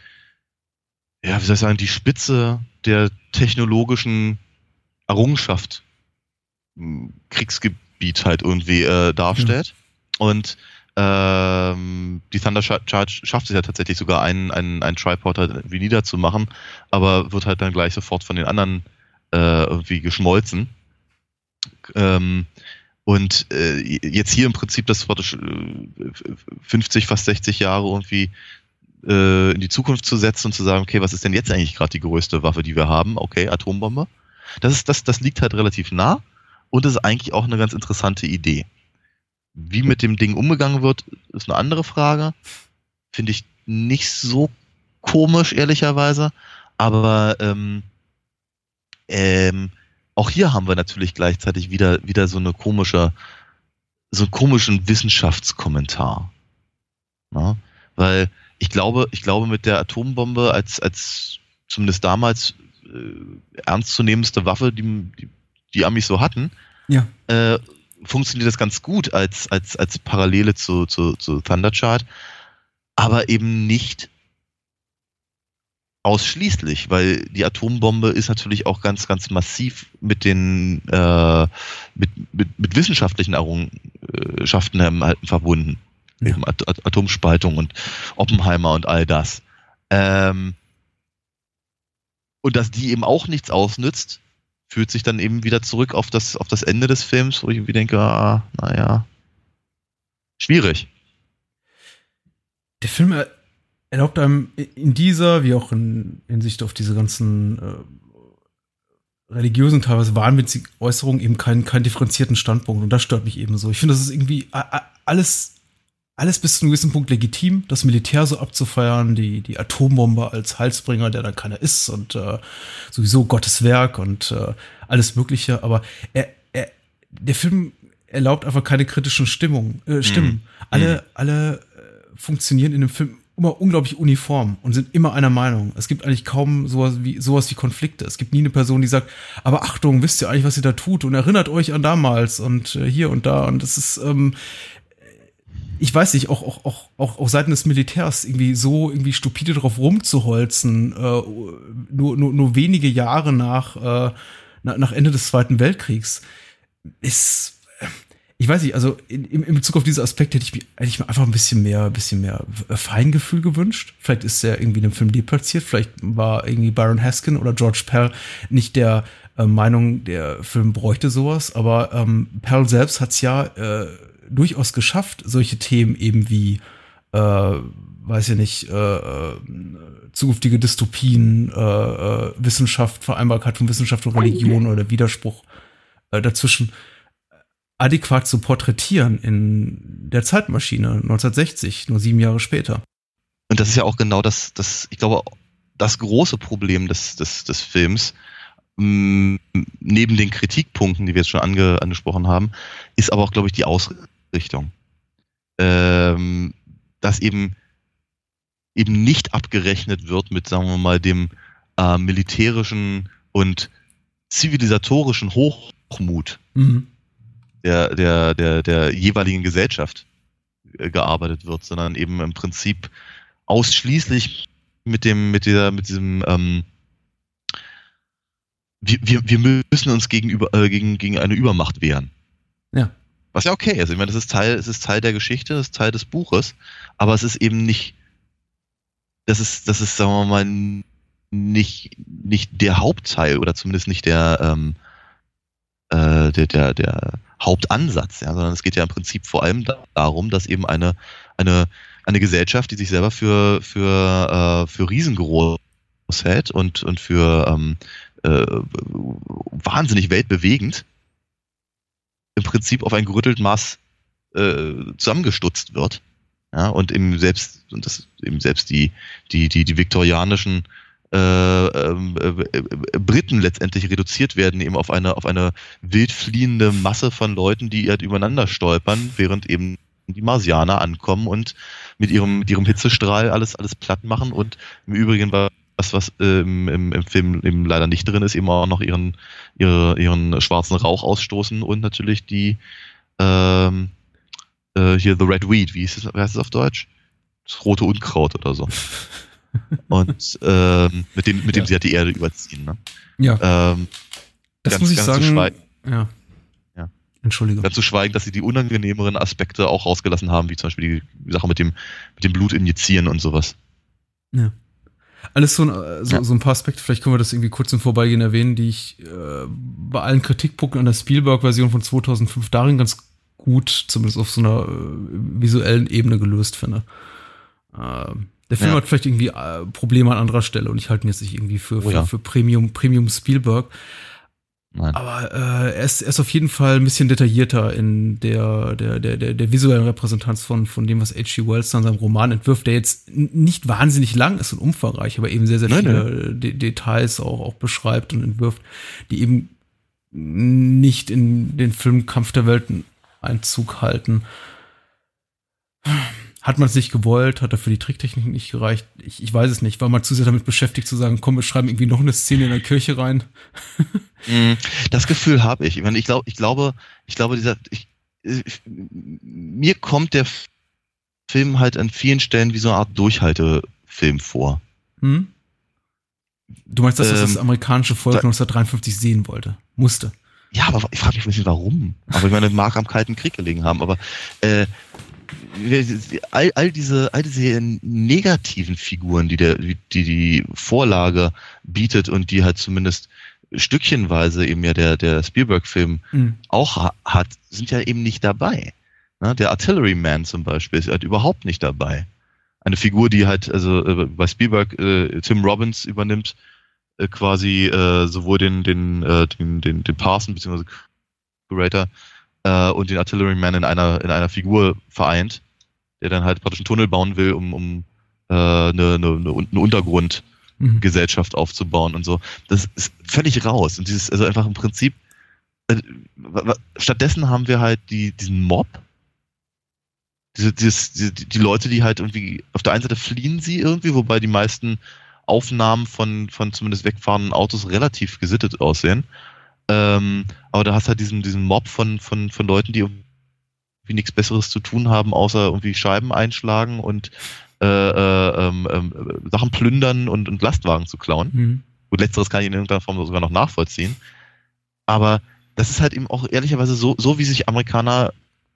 ja, wie soll ich sagen, die Spitze der technologischen Errungenschaft im Kriegsgebiet halt irgendwie äh, darstellt. Ja. Und Ähm, die Thunder Charge schafft es ja tatsächlich sogar, einen, einen, einen Tripod halt irgendwie niederzumachen, aber wird halt dann gleich sofort von den anderen äh, irgendwie geschmolzen. Ähm, und äh, jetzt hier im Prinzip das fünfzig, fast sechzig Jahre irgendwie äh, in die Zukunft zu setzen und zu sagen, okay, was ist denn jetzt eigentlich gerade die größte Waffe, die wir haben? Okay, Atombombe. Das ist, das, das liegt halt relativ nah und das ist eigentlich auch eine ganz interessante Idee. Wie mit dem Ding umgegangen wird, ist eine andere Frage. Finde ich nicht so komisch, ehrlicherweise. Aber ähm, ähm, auch hier haben wir natürlich gleichzeitig wieder, wieder so eine komische, so einen komischen Wissenschaftskommentar. Na? Weil ich glaube, ich glaube, mit der Atombombe als, als zumindest damals äh, ernstzunehmendste Waffe, die, die die Amis so hatten, ja. äh, funktioniert das ganz gut als, als, als Parallele zu, zu, zu Thunderchild, aber eben nicht ausschließlich, weil die Atombombe ist natürlich auch ganz, ganz massiv mit den äh, mit, mit, mit wissenschaftlichen Errungenschaften halt verbunden. Ja. Eben At- At- Atomspaltung und Oppenheimer und all das. Ähm, und dass die eben auch nichts ausnützt, führt sich dann eben wieder zurück auf das, auf das Ende des Films, wo ich irgendwie denke, ah, naja, schwierig. Der Film er, erlaubt einem in dieser, wie auch in Hinsicht auf diese ganzen äh, religiösen, teilweise wahnwitzigen Äußerungen eben keinen, keinen differenzierten Standpunkt. Und das stört mich eben so. Ich finde, das ist irgendwie alles, alles bis zu einem gewissen Punkt legitim, das Militär so abzufeiern, die, die Atombombe als Heilsbringer, der dann keiner ist und äh, sowieso Gottes Werk und äh, alles Mögliche. Aber er, er, der Film erlaubt einfach keine kritischen Stimmung, äh, Stimmen. Mhm. Alle, alle äh, funktionieren in dem Film immer unglaublich uniform und sind immer einer Meinung. Es gibt eigentlich kaum sowas wie, sowas wie Konflikte. Es gibt nie eine Person, die sagt, aber Achtung, wisst ihr eigentlich, was ihr da tut? Und erinnert euch an damals und äh, hier und da. Und das ist, ähm, ich weiß nicht, auch, auch, auch, auch, auch Seiten des Militärs irgendwie so irgendwie stupide drauf rumzuholzen, äh, nur, nur, nur wenige Jahre nach, äh, nach Ende des Zweiten Weltkriegs, ist, ich weiß nicht, also in, in Bezug auf diesen Aspekt hätte ich mir, hätte ich mir einfach ein bisschen mehr, ein bisschen mehr Feingefühl gewünscht. Vielleicht ist er irgendwie in dem Film deplatziert, vielleicht war irgendwie Byron Haskin oder George Pell nicht der äh, Meinung, der Film bräuchte sowas, aber ähm, Pell selbst hat es ja äh, durchaus geschafft, solche Themen eben wie, äh, weiß ich nicht, äh, zukünftige Dystopien, äh, äh, Wissenschaft, Vereinbarkeit von Wissenschaft und Religion oder Widerspruch äh, dazwischen adäquat zu porträtieren in der Zeitmaschine neunzehnhundertsechzig, nur sieben Jahre später. Und das ist ja auch genau das, das ich glaube, das große Problem des, des, des Films, mh, neben den Kritikpunkten, die wir jetzt schon ange, angesprochen haben, ist aber auch, glaube ich, die Ausrichtung. Ähm, dass eben eben nicht abgerechnet wird mit, sagen wir mal, dem äh, militärischen und zivilisatorischen Hochmut, mhm. der, der, der, der jeweiligen Gesellschaft äh, gearbeitet wird, sondern eben im Prinzip ausschließlich mit dem, mit dieser, mit diesem, ähm, wir, wir, wir müssen uns gegenüber, äh, gegen, gegen eine Übermacht wehren. Ja. Was ja okay ist. Ich meine, das ist Teil, es ist Teil der Geschichte, das ist Teil des Buches, aber es ist eben nicht, das ist, das ist, sagen wir mal, nicht, nicht der Hauptteil oder zumindest nicht der, ähm, äh, der, der, der Hauptansatz, ja, sondern es geht ja im Prinzip vor allem darum, dass eben eine, eine, eine Gesellschaft, die sich selber für, für, äh, für riesengroß hält und, und für ähm, äh, wahnsinnig weltbewegend, im Prinzip auf ein gerüttelt Maß äh, zusammengestutzt wird. Ja, und eben selbst, und das eben selbst die, die, die, die viktorianischen äh, äh, äh, Briten letztendlich reduziert werden eben auf eine, auf eine wild fliehende Masse von Leuten, die halt übereinander stolpern, während eben die Marsianer ankommen und mit ihrem, mit ihrem Hitzestrahl alles, alles platt machen und im Übrigen was, was äh, im, im, im Film eben leider nicht drin ist, eben auch noch ihren, ihre, ihren schwarzen Rauch ausstoßen und natürlich die, ähm, äh, hier The Red Weed, wie, ist das, wie heißt es auf Deutsch? Das rote Unkraut oder so. Und ähm, mit dem, mit dem ja. sie halt die Erde überziehen. Ne? Ja. Ähm, das ganz, muss ich ganz sagen. Zu schweigen, ja. ja. Entschuldigung. Ganz zu schweigen, dass sie die unangenehmeren Aspekte auch rausgelassen haben, wie zum Beispiel die Sache mit dem, mit dem Blut injizieren und sowas. Ja. Alles so ein, so, ja. so ein paar Aspekte, vielleicht können wir das irgendwie kurz im Vorbeigehen erwähnen, die ich äh, bei allen Kritikpunkten an der Spielberg-Version von zweitausendfünf darin ganz gut, zumindest auf so einer äh, visuellen Ebene gelöst finde. Äh, der Film ja. hat vielleicht irgendwie äh, Probleme an anderer Stelle und ich halte ihn jetzt nicht irgendwie für, für, oh ja. für Premium, Premium Spielberg. Nein. Aber äh, er, ist, er ist auf jeden Fall ein bisschen detaillierter in der, der, der, der, der visuellen Repräsentanz von, von dem, was H G Wells dann in seinem Roman entwirft, der jetzt nicht wahnsinnig lang ist und umfangreich, aber eben sehr, sehr nein, viele nein. De- Details auch, auch beschreibt und entwirft, die eben nicht in den Film Kampf der Welten Einzug halten. Hat man es nicht gewollt? Hat dafür die Tricktechnik nicht gereicht? Ich, ich weiß es nicht. War man zu sehr damit beschäftigt zu sagen, komm, wir schreiben irgendwie noch eine Szene in der Kirche rein? Das Gefühl habe ich. Ich meine, ich glaube, ich glaube, ich glaube, dieser, ich, ich, mir kommt der Film halt an vielen Stellen wie so eine Art Durchhaltefilm vor. Hm? Du meinst, dass ähm, das, das amerikanische Volk da, neunzehnhundertdreiundfünfzig sehen wollte? Musste. Ja, aber ich frage mich ein bisschen, warum. Aber ich meine, mag am Kalten Krieg gelegen haben. Aber äh, all, all diese, all diese negativen Figuren, die der, die die Vorlage bietet und die halt zumindest stückchenweise eben ja der der Spielberg-Film mhm. auch ha- hat, sind ja eben nicht dabei. Na, der Artilleryman zum Beispiel ist halt überhaupt nicht dabei. Eine Figur, die halt also äh, bei Spielberg äh, Tim Robbins übernimmt, äh, quasi äh, sowohl den den, äh, den den den Parson bzw. Curator äh, und den Artilleryman in einer in einer Figur vereint, der dann halt praktisch einen Tunnel bauen will, um um äh, eine, eine, eine Untergrundgesellschaft mhm. aufzubauen und so. Das ist völlig raus und dieses also einfach im Prinzip äh, stattdessen haben wir halt die diesen Mob. Diese, dieses, die, die Leute, die halt irgendwie, auf der einen Seite fliehen sie irgendwie, wobei die meisten Aufnahmen von, von zumindest wegfahrenden Autos relativ gesittet aussehen. Ähm, aber da hast halt diesen, diesen Mob von, von, von Leuten, die irgendwie nichts Besseres zu tun haben, außer irgendwie Scheiben einschlagen und äh, äh, äh, Sachen plündern und, und Lastwagen zu klauen. Mhm. Gut, letzteres kann ich in irgendeiner Form sogar noch nachvollziehen. Aber das ist halt eben auch ehrlicherweise so, so wie sich Amerikaner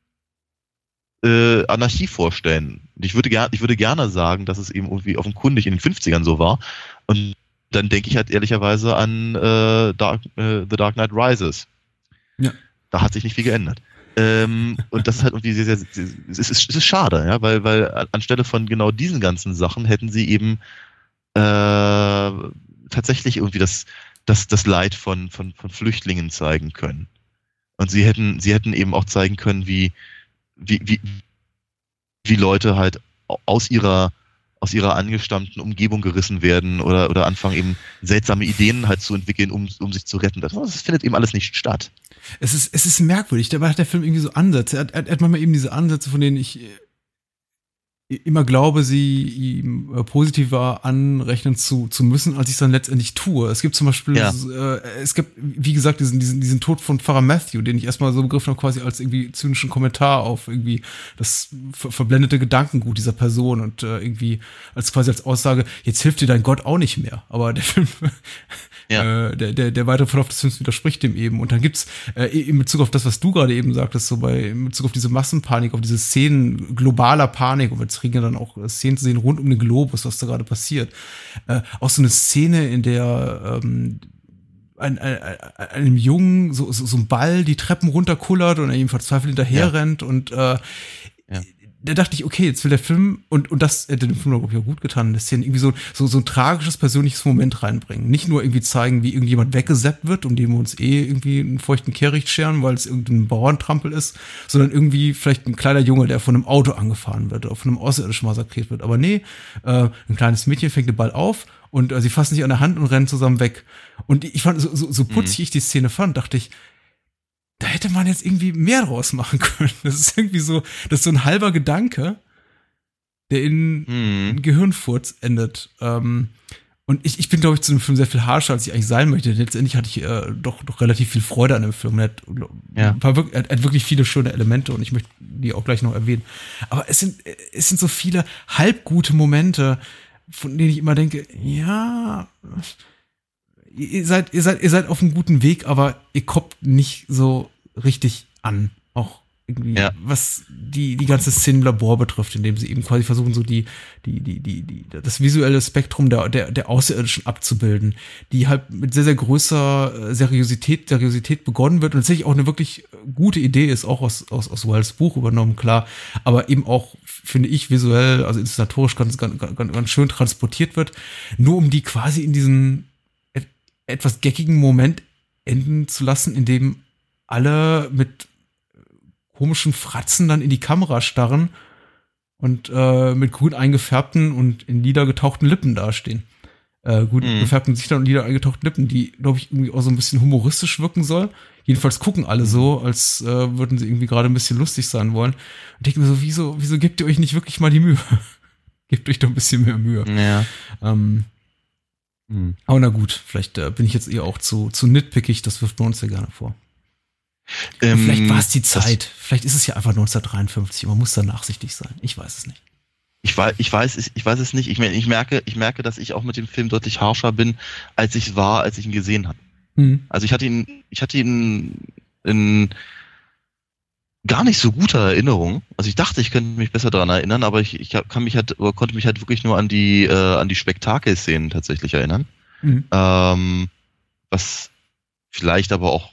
Äh, Anarchie vorstellen. Ich würde, ger- ich würde gerne sagen, dass es eben irgendwie offenkundig in den fünfzigern so war. Und dann denke ich halt ehrlicherweise an äh, Dark, äh, The Dark Knight Rises. Ja. Da hat sich nicht viel geändert. Ähm, und das ist halt irgendwie sehr, sehr, sehr es, ist, es ist schade, ja, weil, weil anstelle von genau diesen ganzen Sachen hätten sie eben äh, tatsächlich irgendwie das, das, das Leid von, von, von Flüchtlingen zeigen können. Und sie hätten, sie hätten eben auch zeigen können, wie Wie, wie, wie Leute halt aus ihrer, aus ihrer angestammten Umgebung gerissen werden oder, oder anfangen eben seltsame Ideen halt zu entwickeln, um, um sich zu retten. Das, das findet eben alles nicht statt. Es ist, es ist merkwürdig, dabei hat der Film irgendwie so Ansätze. Er hat, er hat manchmal eben diese Ansätze, von denen ich immer glaube, sie ihm äh, positiver anrechnen zu, zu müssen, als ich es dann letztendlich tue. Es gibt zum Beispiel, ja. äh, es gibt, wie gesagt, diesen, diesen, diesen Tod von Pfarrer Matthew, den ich erstmal so begriffen habe, quasi als irgendwie zynischen Kommentar auf irgendwie das ver- verblendete Gedankengut dieser Person und äh, irgendwie als quasi als Aussage, jetzt hilft dir dein Gott auch nicht mehr. Aber der Film, ja. äh, der, der, der weitere Verlauf des Films widerspricht dem eben. Und dann gibt's äh, in Bezug auf das, was du gerade eben sagtest, so bei, in Bezug auf diese Massenpanik, auf diese Szenen globaler Panik, und wir kriegen ja dann auch Szenen zu sehen rund um den Globus, was da gerade passiert. Äh, auch so eine Szene, in der ähm, ein, ein, ein, einem Jungen so, so, so ein Ball die Treppen runterkullert und er ihm verzweifelt hinterher ja. rennt und äh, ja. da dachte ich, okay, jetzt will der Film, und, und das hätte dem Film, glaube ich, auch gut getan, das Szene irgendwie so, so, so ein tragisches, persönliches Moment reinbringen. Nicht nur irgendwie zeigen, wie irgendjemand weggesappt wird, um dem wir uns eh irgendwie einen feuchten Kehricht scheren, weil es irgendein Bauerntrampel ist, sondern irgendwie vielleicht ein kleiner Junge, der von einem Auto angefahren wird oder von einem Außerirdischen massakriert wird. Aber nee, äh, ein kleines Mädchen fängt den Ball auf und äh, sie fassen sich an der Hand und rennen zusammen weg. Und ich fand, so, so, so putzig mhm. ich die Szene fand, dachte ich, da hätte man jetzt irgendwie mehr draus machen können. Das ist irgendwie so, das ist so ein halber Gedanke, der in hm. ein Gehirnfurz endet. Ähm, und ich, ich bin, glaube ich, zu dem Film sehr viel harscher, als ich eigentlich sein möchte. Letztendlich hatte ich äh, doch, doch relativ viel Freude an dem Film. Er hat, ja. ein paar, er hat wirklich viele schöne Elemente und ich möchte die auch gleich noch erwähnen. Aber es sind, es sind so viele halbgute Momente, von denen ich immer denke, ja, Ihr seid, ihr seid, ihr seid auf einem guten Weg, aber ihr kommt nicht so richtig an. Auch irgendwie, ja. was die, die ganze Szene im Labor betrifft, indem sie eben quasi versuchen, so die, die, die, die, die, das visuelle Spektrum der, der, der Außerirdischen abzubilden, die halt mit sehr, sehr größer Seriosität, Seriosität begonnen wird und tatsächlich auch eine wirklich gute Idee ist, auch aus, aus, aus Wells Buch übernommen, klar, aber eben auch, finde ich, visuell, also inszenatorisch ganz, ganz, ganz, ganz schön transportiert wird, nur um die quasi in diesen etwas geckigen Moment enden zu lassen, in dem alle mit komischen Fratzen dann in die Kamera starren und äh, mit grün eingefärbten und in lila getauchten Lippen dastehen. äh, gut Mhm. gefärbten Gesichtern und lila eingetauchten Lippen, die, glaube ich, irgendwie auch so ein bisschen humoristisch wirken soll. Jedenfalls gucken alle so, als äh, würden sie irgendwie gerade ein bisschen lustig sein wollen. Und denken mir so, wieso, wieso gebt ihr euch nicht wirklich mal die Mühe? Gebt euch doch ein bisschen mehr Mühe. Ja. Ähm, Hm. aber na gut, vielleicht äh, bin ich jetzt eher auch zu, zu nitpickig, das wirft man uns ja gerne vor. Ähm, vielleicht war es die das- Zeit, vielleicht ist es ja einfach neunzehnhundertdreiundfünfzig, man muss da nachsichtig sein. Ich weiß es nicht. Ich weiß, ich weiß, ich, ich weiß es nicht. Ich, meine, ich merke, ich merke, dass ich auch mit dem Film deutlich harscher bin, als ich es war, als ich ihn gesehen habe. Hm. Also ich hatte ihn, ich hatte ihn in gar nicht so guter Erinnerung. Also ich dachte, ich könnte mich besser daran erinnern, aber ich, ich kann mich halt, oder konnte mich halt wirklich nur an die, äh, an die Spektakelszenen tatsächlich erinnern. Hm. Ähm, was vielleicht aber auch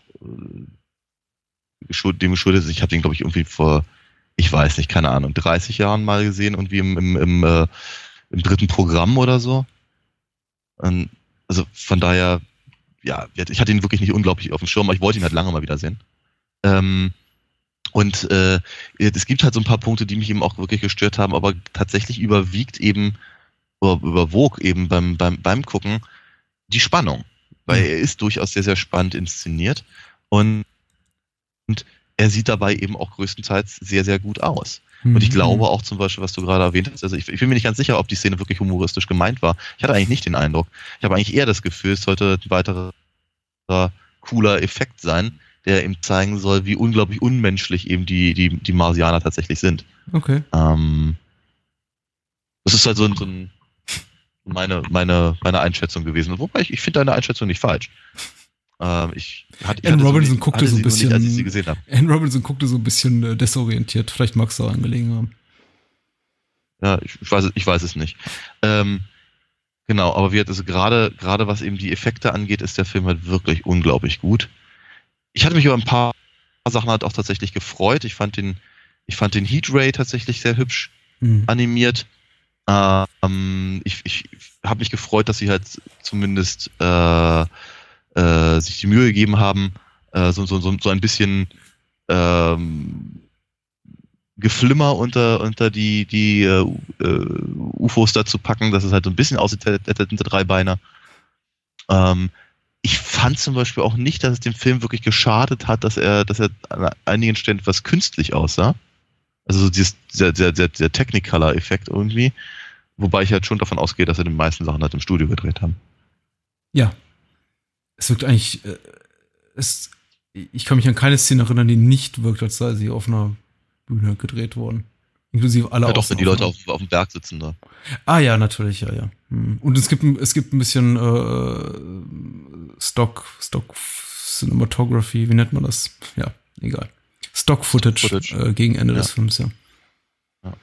äh, geschuld- dem geschuldet ist. Ich habe den, glaube ich, irgendwie vor, ich weiß nicht, keine Ahnung, dreißig Jahren mal gesehen, irgendwie im, im, im, äh, im dritten Programm oder so. Und also von daher, ja, ich hatte ihn wirklich nicht unglaublich auf dem Schirm, aber ich wollte ihn halt lange mal wieder sehen. Ähm, und äh, es gibt halt so ein paar Punkte, die mich eben auch wirklich gestört haben, aber tatsächlich überwiegt eben, oder überwog eben beim, beim, beim Gucken die Spannung. Weil Mhm. er ist durchaus sehr, sehr spannend inszeniert und, und er sieht dabei eben auch größtenteils sehr, sehr gut aus. Und ich glaube auch zum Beispiel, was du gerade erwähnt hast, also ich, ich bin mir nicht ganz sicher, ob die Szene wirklich humoristisch gemeint war. Ich hatte eigentlich nicht den Eindruck. Ich habe eigentlich eher das Gefühl, es sollte ein weiterer cooler Effekt sein, der ihm zeigen soll, wie unglaublich unmenschlich eben die, die, die Marsianer tatsächlich sind. Okay. Ähm, das ist halt so ein, so ein meine, meine, meine Einschätzung gewesen. Wobei ich, ich finde deine Einschätzung nicht falsch. Ähm, ich, hat, ich Anne hatte Robinson sie- guckte hatte so ein sie nur bisschen- Nicht, als ich sie gesehen habe. Anne Robinson guckte so ein bisschen äh, desorientiert. Vielleicht mag es daran gelegen haben. Ja, ich, ich, weiß, es- ich weiß es nicht. Ähm, genau, aber wie hat es gerade, gerade was eben die Effekte angeht, ist der Film halt wirklich unglaublich gut. Ich hatte mich über ein paar Sachen halt auch tatsächlich gefreut. Ich fand den, ich fand den Heat Ray tatsächlich sehr hübsch Hm. animiert. Ähm, ich ich habe mich gefreut, dass sie halt zumindest äh, äh, sich die Mühe gegeben haben, äh, so, so, so, so ein bisschen ähm, Geflimmer unter, unter die, die äh, U F Os da zu packen, dass es halt so ein bisschen aussieht, als hätten sie drei Beine. Ähm, ich fand zum Beispiel auch nicht, dass es dem Film wirklich geschadet hat, dass er, dass er an einigen Stellen etwas künstlich aussah. Also so dieses, dieser, dieser, dieser, dieser Technicolor-Effekt irgendwie. Wobei ich halt schon davon ausgehe, dass sie die meisten Sachen halt im Studio gedreht haben. Ja. Es wirkt eigentlich, äh, es, ich kann mich an keine Szene erinnern, die nicht wirkt, als sei sie auf einer Bühne gedreht worden. Inklusive aller Ja doch, wenn die Leute Außenaufnahmen. auf, auf dem Berg sitzen da. Ah ja, natürlich, ja, ja. Hm. Und es gibt, ein- es gibt ein bisschen äh, Stock, Stock Cinematography, wie nennt man das? Ja, egal. Stock Footage, Footage. Äh, gegen Ende Ja. des Films, ja. Ja.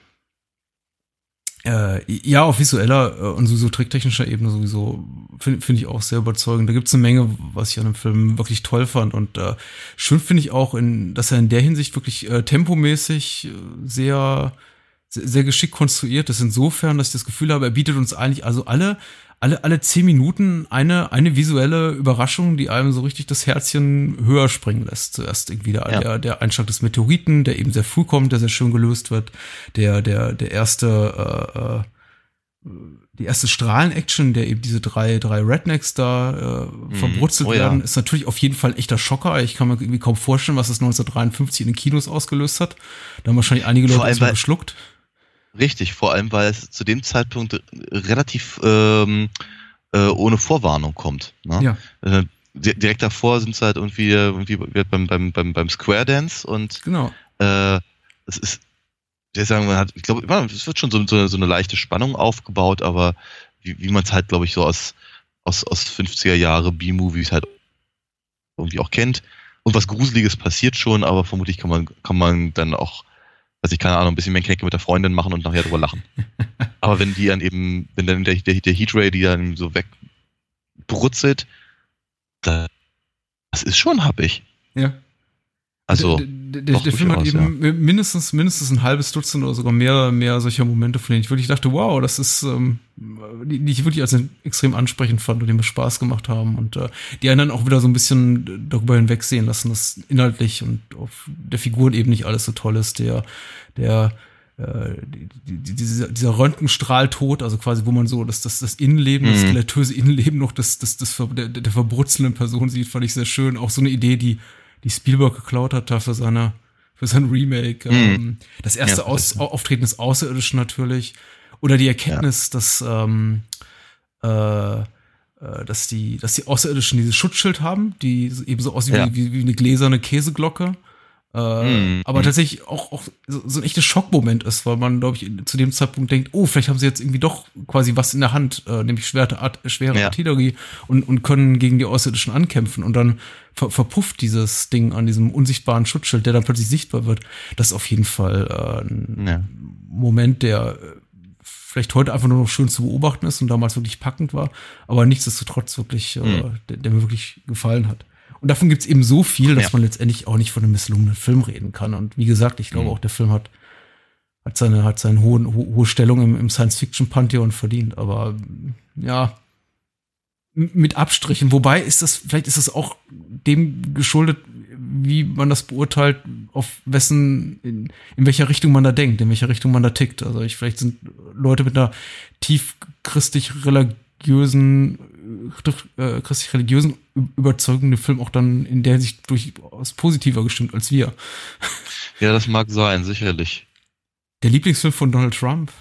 Äh, ja, auf visueller äh, und sowieso tricktechnischer Ebene sowieso finde find ich auch sehr überzeugend. Da gibt es eine Menge, was ich an dem Film wirklich toll fand. Und äh, schön finde ich auch, in, dass er in der Hinsicht wirklich äh, tempomäßig äh, sehr, sehr, sehr geschickt konstruiert ist. Insofern, dass ich das Gefühl habe, er bietet uns eigentlich also alle, alle, alle zehn Minuten eine, eine visuelle Überraschung, die einem so richtig das Herzchen höher springen lässt. Zuerst irgendwie der, Ja. der, der Einschlag des Meteoriten, der eben sehr früh kommt, der sehr schön gelöst wird. Der, der, der erste, äh, äh, die erste Strahlen-Action, der eben diese drei, drei Rednecks da äh, verbrutzelt Oh ja. werden, ist natürlich auf jeden Fall ein echter Schocker. Ich kann mir irgendwie kaum vorstellen, was das neunzehnhundertdreiundfünfzig in den Kinos ausgelöst hat. Da haben wahrscheinlich einige Vor Leute allem, erstmal weil- geschluckt. Richtig, vor allem, weil es zu dem Zeitpunkt relativ ähm, äh, ohne Vorwarnung kommt. Ne? Ja, Äh, di- direkt davor sind sie halt irgendwie, irgendwie beim, beim, beim, beim Square Dance und genau. äh, es ist, ich sagen, man hat, ich glaube, es wird schon so, so, so eine leichte Spannung aufgebaut, aber wie, wie man es halt, glaube ich, so aus, aus, aus fünfziger Jahre B-Movies halt irgendwie auch kennt. Und was Gruseliges passiert schon, aber vermutlich kann man, kann man dann auch, weiß ich, keine Ahnung, ein bisschen Menkecke mit der Freundin machen und nachher drüber lachen. Aber wenn die dann eben, wenn dann der, der, der Heatray die dann so wegbrutzelt, da, das ist schon happig. Ja. Also, der, der, der, doch der Film hat durchaus, eben mindestens, mindestens ein halbes Dutzend oder sogar mehr, mehr solcher Momente, von denen ich wirklich dachte, wow, das ist, ähm, die, die ich wirklich als extrem ansprechend fand und die mir Spaß gemacht haben und äh, die einen dann auch wieder so ein bisschen darüber hinwegsehen lassen, dass inhaltlich und auf der Figuren eben nicht alles so toll ist. Der, der äh, die, die, dieser, dieser Röntgenstrahltod, also quasi, wo man so das, das, das Innenleben, mhm. das skeletöse Innenleben noch des, des, des, der, der verbrutzelnden Person sieht, fand ich sehr schön. Auch so eine Idee, die, die Spielberg geklaut hat da für seine, für sein Remake. Mhm. Ähm, das erste ja, Aus, Auftreten des Außerirdischen natürlich. Oder die Erkenntnis, ja. dass, ähm, äh, dass die, dass die Außerirdischen dieses Schutzschild haben, die eben so aussieht ja. wie, wie eine gläserne Käseglocke. Äh, mm, aber mm. tatsächlich auch, auch so, so ein echtes Schockmoment ist, weil man, glaube ich, zu dem Zeitpunkt denkt, oh, vielleicht haben sie jetzt irgendwie doch quasi was in der Hand, äh, nämlich schwere, Art, schwere ja. Artillerie und, und können gegen die Außerirdischen ankämpfen und dann ver, verpufft dieses Ding an diesem unsichtbaren Schutzschild, der dann plötzlich sichtbar wird. Das ist auf jeden Fall äh, ein ja. Moment, der vielleicht heute einfach nur noch schön zu beobachten ist und damals wirklich packend war, aber nichtsdestotrotz wirklich, mhm. äh, der, der mir wirklich gefallen hat. Und davon gibt's eben so viel, dass ja. man letztendlich auch nicht von einem misslungenen Film reden kann. Und wie gesagt, ich glaube mhm. auch, der Film hat, hat seine, hat seine hohe, hohe Stellung im, im Science-Fiction-Pantheon verdient. Aber ja, mit Abstrichen. Wobei ist das, vielleicht ist das auch dem geschuldet, wie man das beurteilt, auf wessen, in, in welcher Richtung man da denkt, in welcher Richtung man da tickt. Also ich, vielleicht sind Leute mit einer tief christlich-religiösen, äh, christlich-religiösen Überzeugung den Film auch dann in der Hinsicht durchaus positiver gestimmt als wir. Ja, das mag sein, sicherlich. Der Lieblingsfilm von Donald Trump.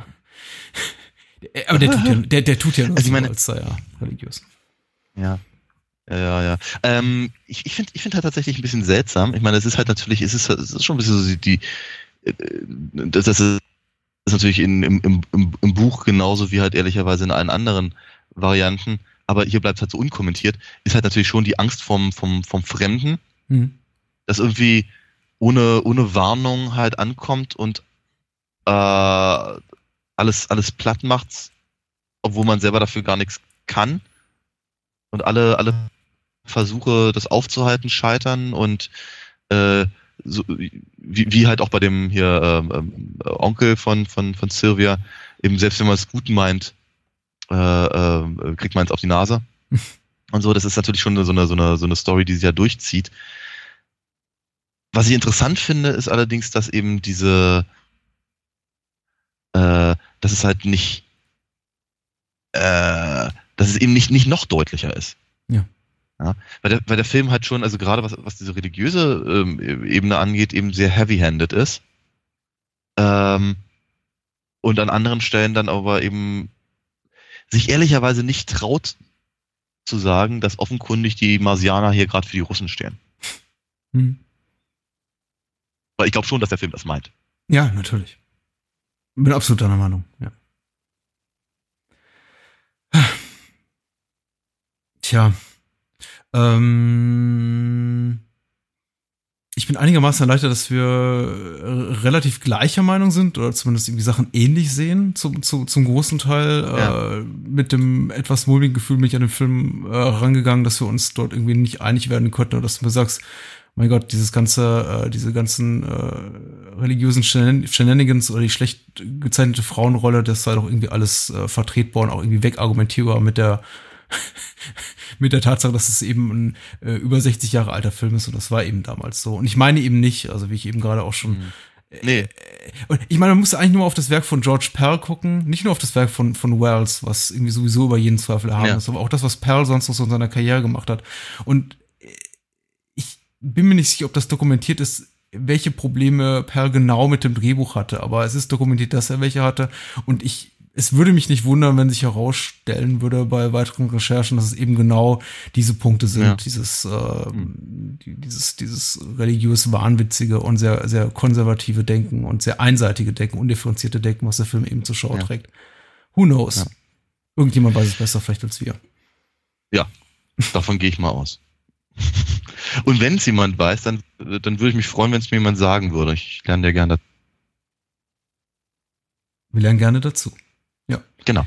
Aber der tut ja, der, der tut ja nur also so, meine, als sei er religiös. Ja. Ja, ja, ja. Ähm, ich ich finde ich finde halt tatsächlich ein bisschen seltsam. Ich meine, es ist halt natürlich, es ist, es ist schon ein bisschen so die, die das, das ist natürlich in, im, im, im Buch genauso wie halt ehrlicherweise in allen anderen Varianten, aber hier bleibt es halt so unkommentiert, ist halt natürlich schon die Angst vom, vom, vom Fremden, mhm. das irgendwie ohne, ohne Warnung halt ankommt und äh, alles, alles platt macht, obwohl man selber dafür gar nichts kann. Und alle, alle Versuche, das aufzuhalten, scheitern und äh, so, wie, wie halt auch bei dem hier äh, Onkel von, von, von Sylvia, eben selbst wenn man es gut meint, äh, äh, kriegt man es auf die Nase. Und so, das ist natürlich schon so eine, so eine, so eine Story, die sich ja durchzieht. Was ich interessant finde, ist allerdings, dass eben diese, äh, dass es halt nicht, äh, dass es eben nicht, nicht noch deutlicher ist. Ja. Ja, weil, der, weil der Film halt schon, also gerade was, was diese religiöse ähm, Ebene angeht, eben sehr heavy-handed ist. Ähm, und an anderen Stellen dann aber eben sich ehrlicherweise nicht traut zu sagen, dass offenkundig die Marsianer hier gerade für die Russen stehen. Hm. Weil ich glaube schon, dass der Film das meint. Ja, natürlich. Bin absolut deiner Meinung, ja. Tja, ähm, ich bin einigermaßen erleichtert, dass wir relativ gleicher Meinung sind oder zumindest irgendwie Sachen ähnlich sehen zum, zum, zum großen Teil. Ja. Äh, mit dem etwas mulmigen Gefühl bin ich an den Film äh, rangegangen, dass wir uns dort irgendwie nicht einig werden konnten oder dass du mir sagst, mein Gott, dieses ganze, äh, diese ganzen äh, religiösen Shenanigans oder die schlecht gezeichnete Frauenrolle, das sei doch irgendwie alles äh, vertretbar und auch irgendwie wegargumentierbar mit der mit der Tatsache, dass es eben ein äh, über sechzig Jahre alter Film ist und das war eben damals so. Und ich meine eben nicht, also wie ich eben gerade auch schon mhm. Nee. Äh, ich meine, man muss eigentlich nur auf das Werk von George Pell gucken, nicht nur auf das Werk von, von Wells, was irgendwie sowieso über jeden Zweifel erhaben ja. ist, aber auch das, was Pell sonst noch so in seiner Karriere gemacht hat. Und ich bin mir nicht sicher, ob das dokumentiert ist, welche Probleme Pell genau mit dem Drehbuch hatte, aber es ist dokumentiert, dass er welche hatte und ich es würde mich nicht wundern, wenn sich herausstellen würde bei weiteren Recherchen, dass es eben genau diese Punkte sind, ja. dieses, äh, dieses, dieses religiös wahnwitzige und sehr, sehr konservative Denken und sehr einseitige Denken, undifferenzierte Denken, was der Film eben zur Schau ja. trägt. Who knows? Ja. Irgendjemand weiß es besser vielleicht als wir. Ja, davon gehe ich mal aus. Und wenn es jemand weiß, dann, dann würde ich mich freuen, wenn es mir jemand sagen würde. Ich lerne ja gerne dazu. Wir lernen gerne dazu. Ja. Genau.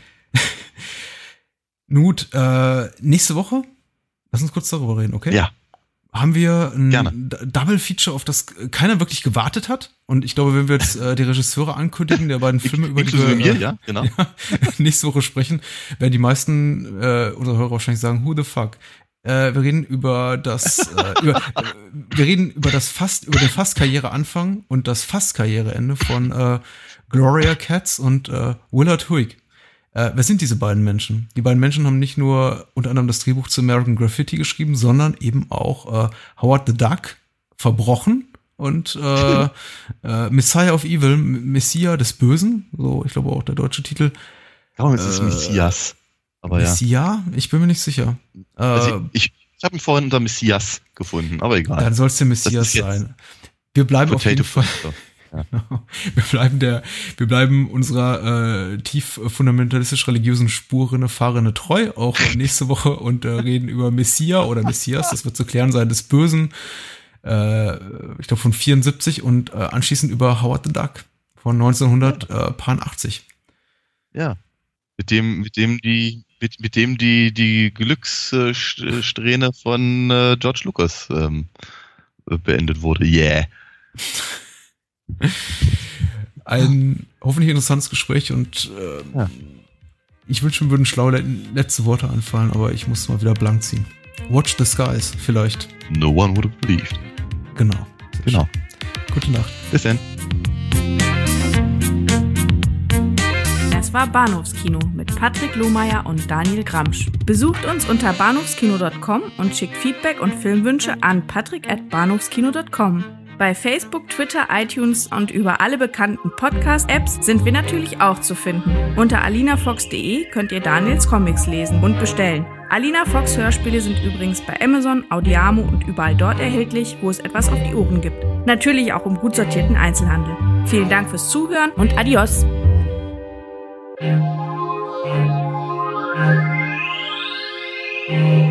Gut, äh, nächste Woche, lass uns kurz darüber reden, okay? Ja. Haben wir ein Gerne. Double Feature, auf das keiner wirklich gewartet hat. Und ich glaube, wenn wir jetzt äh, die Regisseure ankündigen, der beiden Filme, über die wir mir, ja, genau. ja, nächste Woche sprechen, werden die meisten äh, unserer Hörer wahrscheinlich sagen, who the fuck? Äh, wir reden über das, äh, über, äh, wir reden über das fast, über den Fast-Karriereanfang und das Fast-Karriereende von äh, Gloria Katz und äh, Willard Huyck. Äh, wer sind diese beiden Menschen? Die beiden Menschen haben nicht nur unter anderem das Drehbuch zu American Graffiti geschrieben, sondern eben auch äh, Howard the Duck, Verbrochen und äh, äh, Messiah of Evil, Messiah des Bösen, so ich glaube auch der deutsche Titel. Warum ist es äh, Messias? Aber Messias? Ja. Ich bin mir nicht sicher. Äh, also ich ich, ich habe ihn vorhin unter Messias gefunden, aber egal. Dann soll es der Messias sein. Wir bleiben Potato auf jeden Fall. Ja. Wir bleiben der, wir bleiben unserer äh, tief fundamentalistisch-religiösen Spurrinne, Fahrrinne treu, auch nächste Woche und äh, reden über Messia oder Messias, das wird zu klären sein, des Bösen, äh, ich glaube von vierundsiebzig und äh, anschließend über Howard the Duck von neunzehnhundertachtzig. Ja, mit dem, mit dem die, mit, mit dem die, die Glückssträhne von äh, George Lucas ähm, beendet wurde. Yeah. Ein hoffentlich interessantes Gespräch und äh, ja. Ich wünsche mir würden schlaue letzte Worte anfallen, aber ich muss mal wieder blank ziehen. Watch the skies, vielleicht. No one would have believed. Genau. Genau. Gute Nacht. Bis dann. Das war Bahnhofskino mit Patrick Lohmeier und Daniel Gramsch. Besucht uns unter bahnhofskino punkt com und schickt Feedback und Filmwünsche an patrick at bahnhofskino punkt com. Bei Facebook, Twitter, iTunes und über alle bekannten Podcast-Apps sind wir natürlich auch zu finden. Unter alina fox punkt de könnt ihr Daniels Comics lesen und bestellen. Alina Fox Hörspiele sind übrigens bei Amazon, Audiamo und überall dort erhältlich, wo es etwas auf die Ohren gibt. Natürlich auch im gut sortierten Einzelhandel. Vielen Dank fürs Zuhören und adios! Thank you.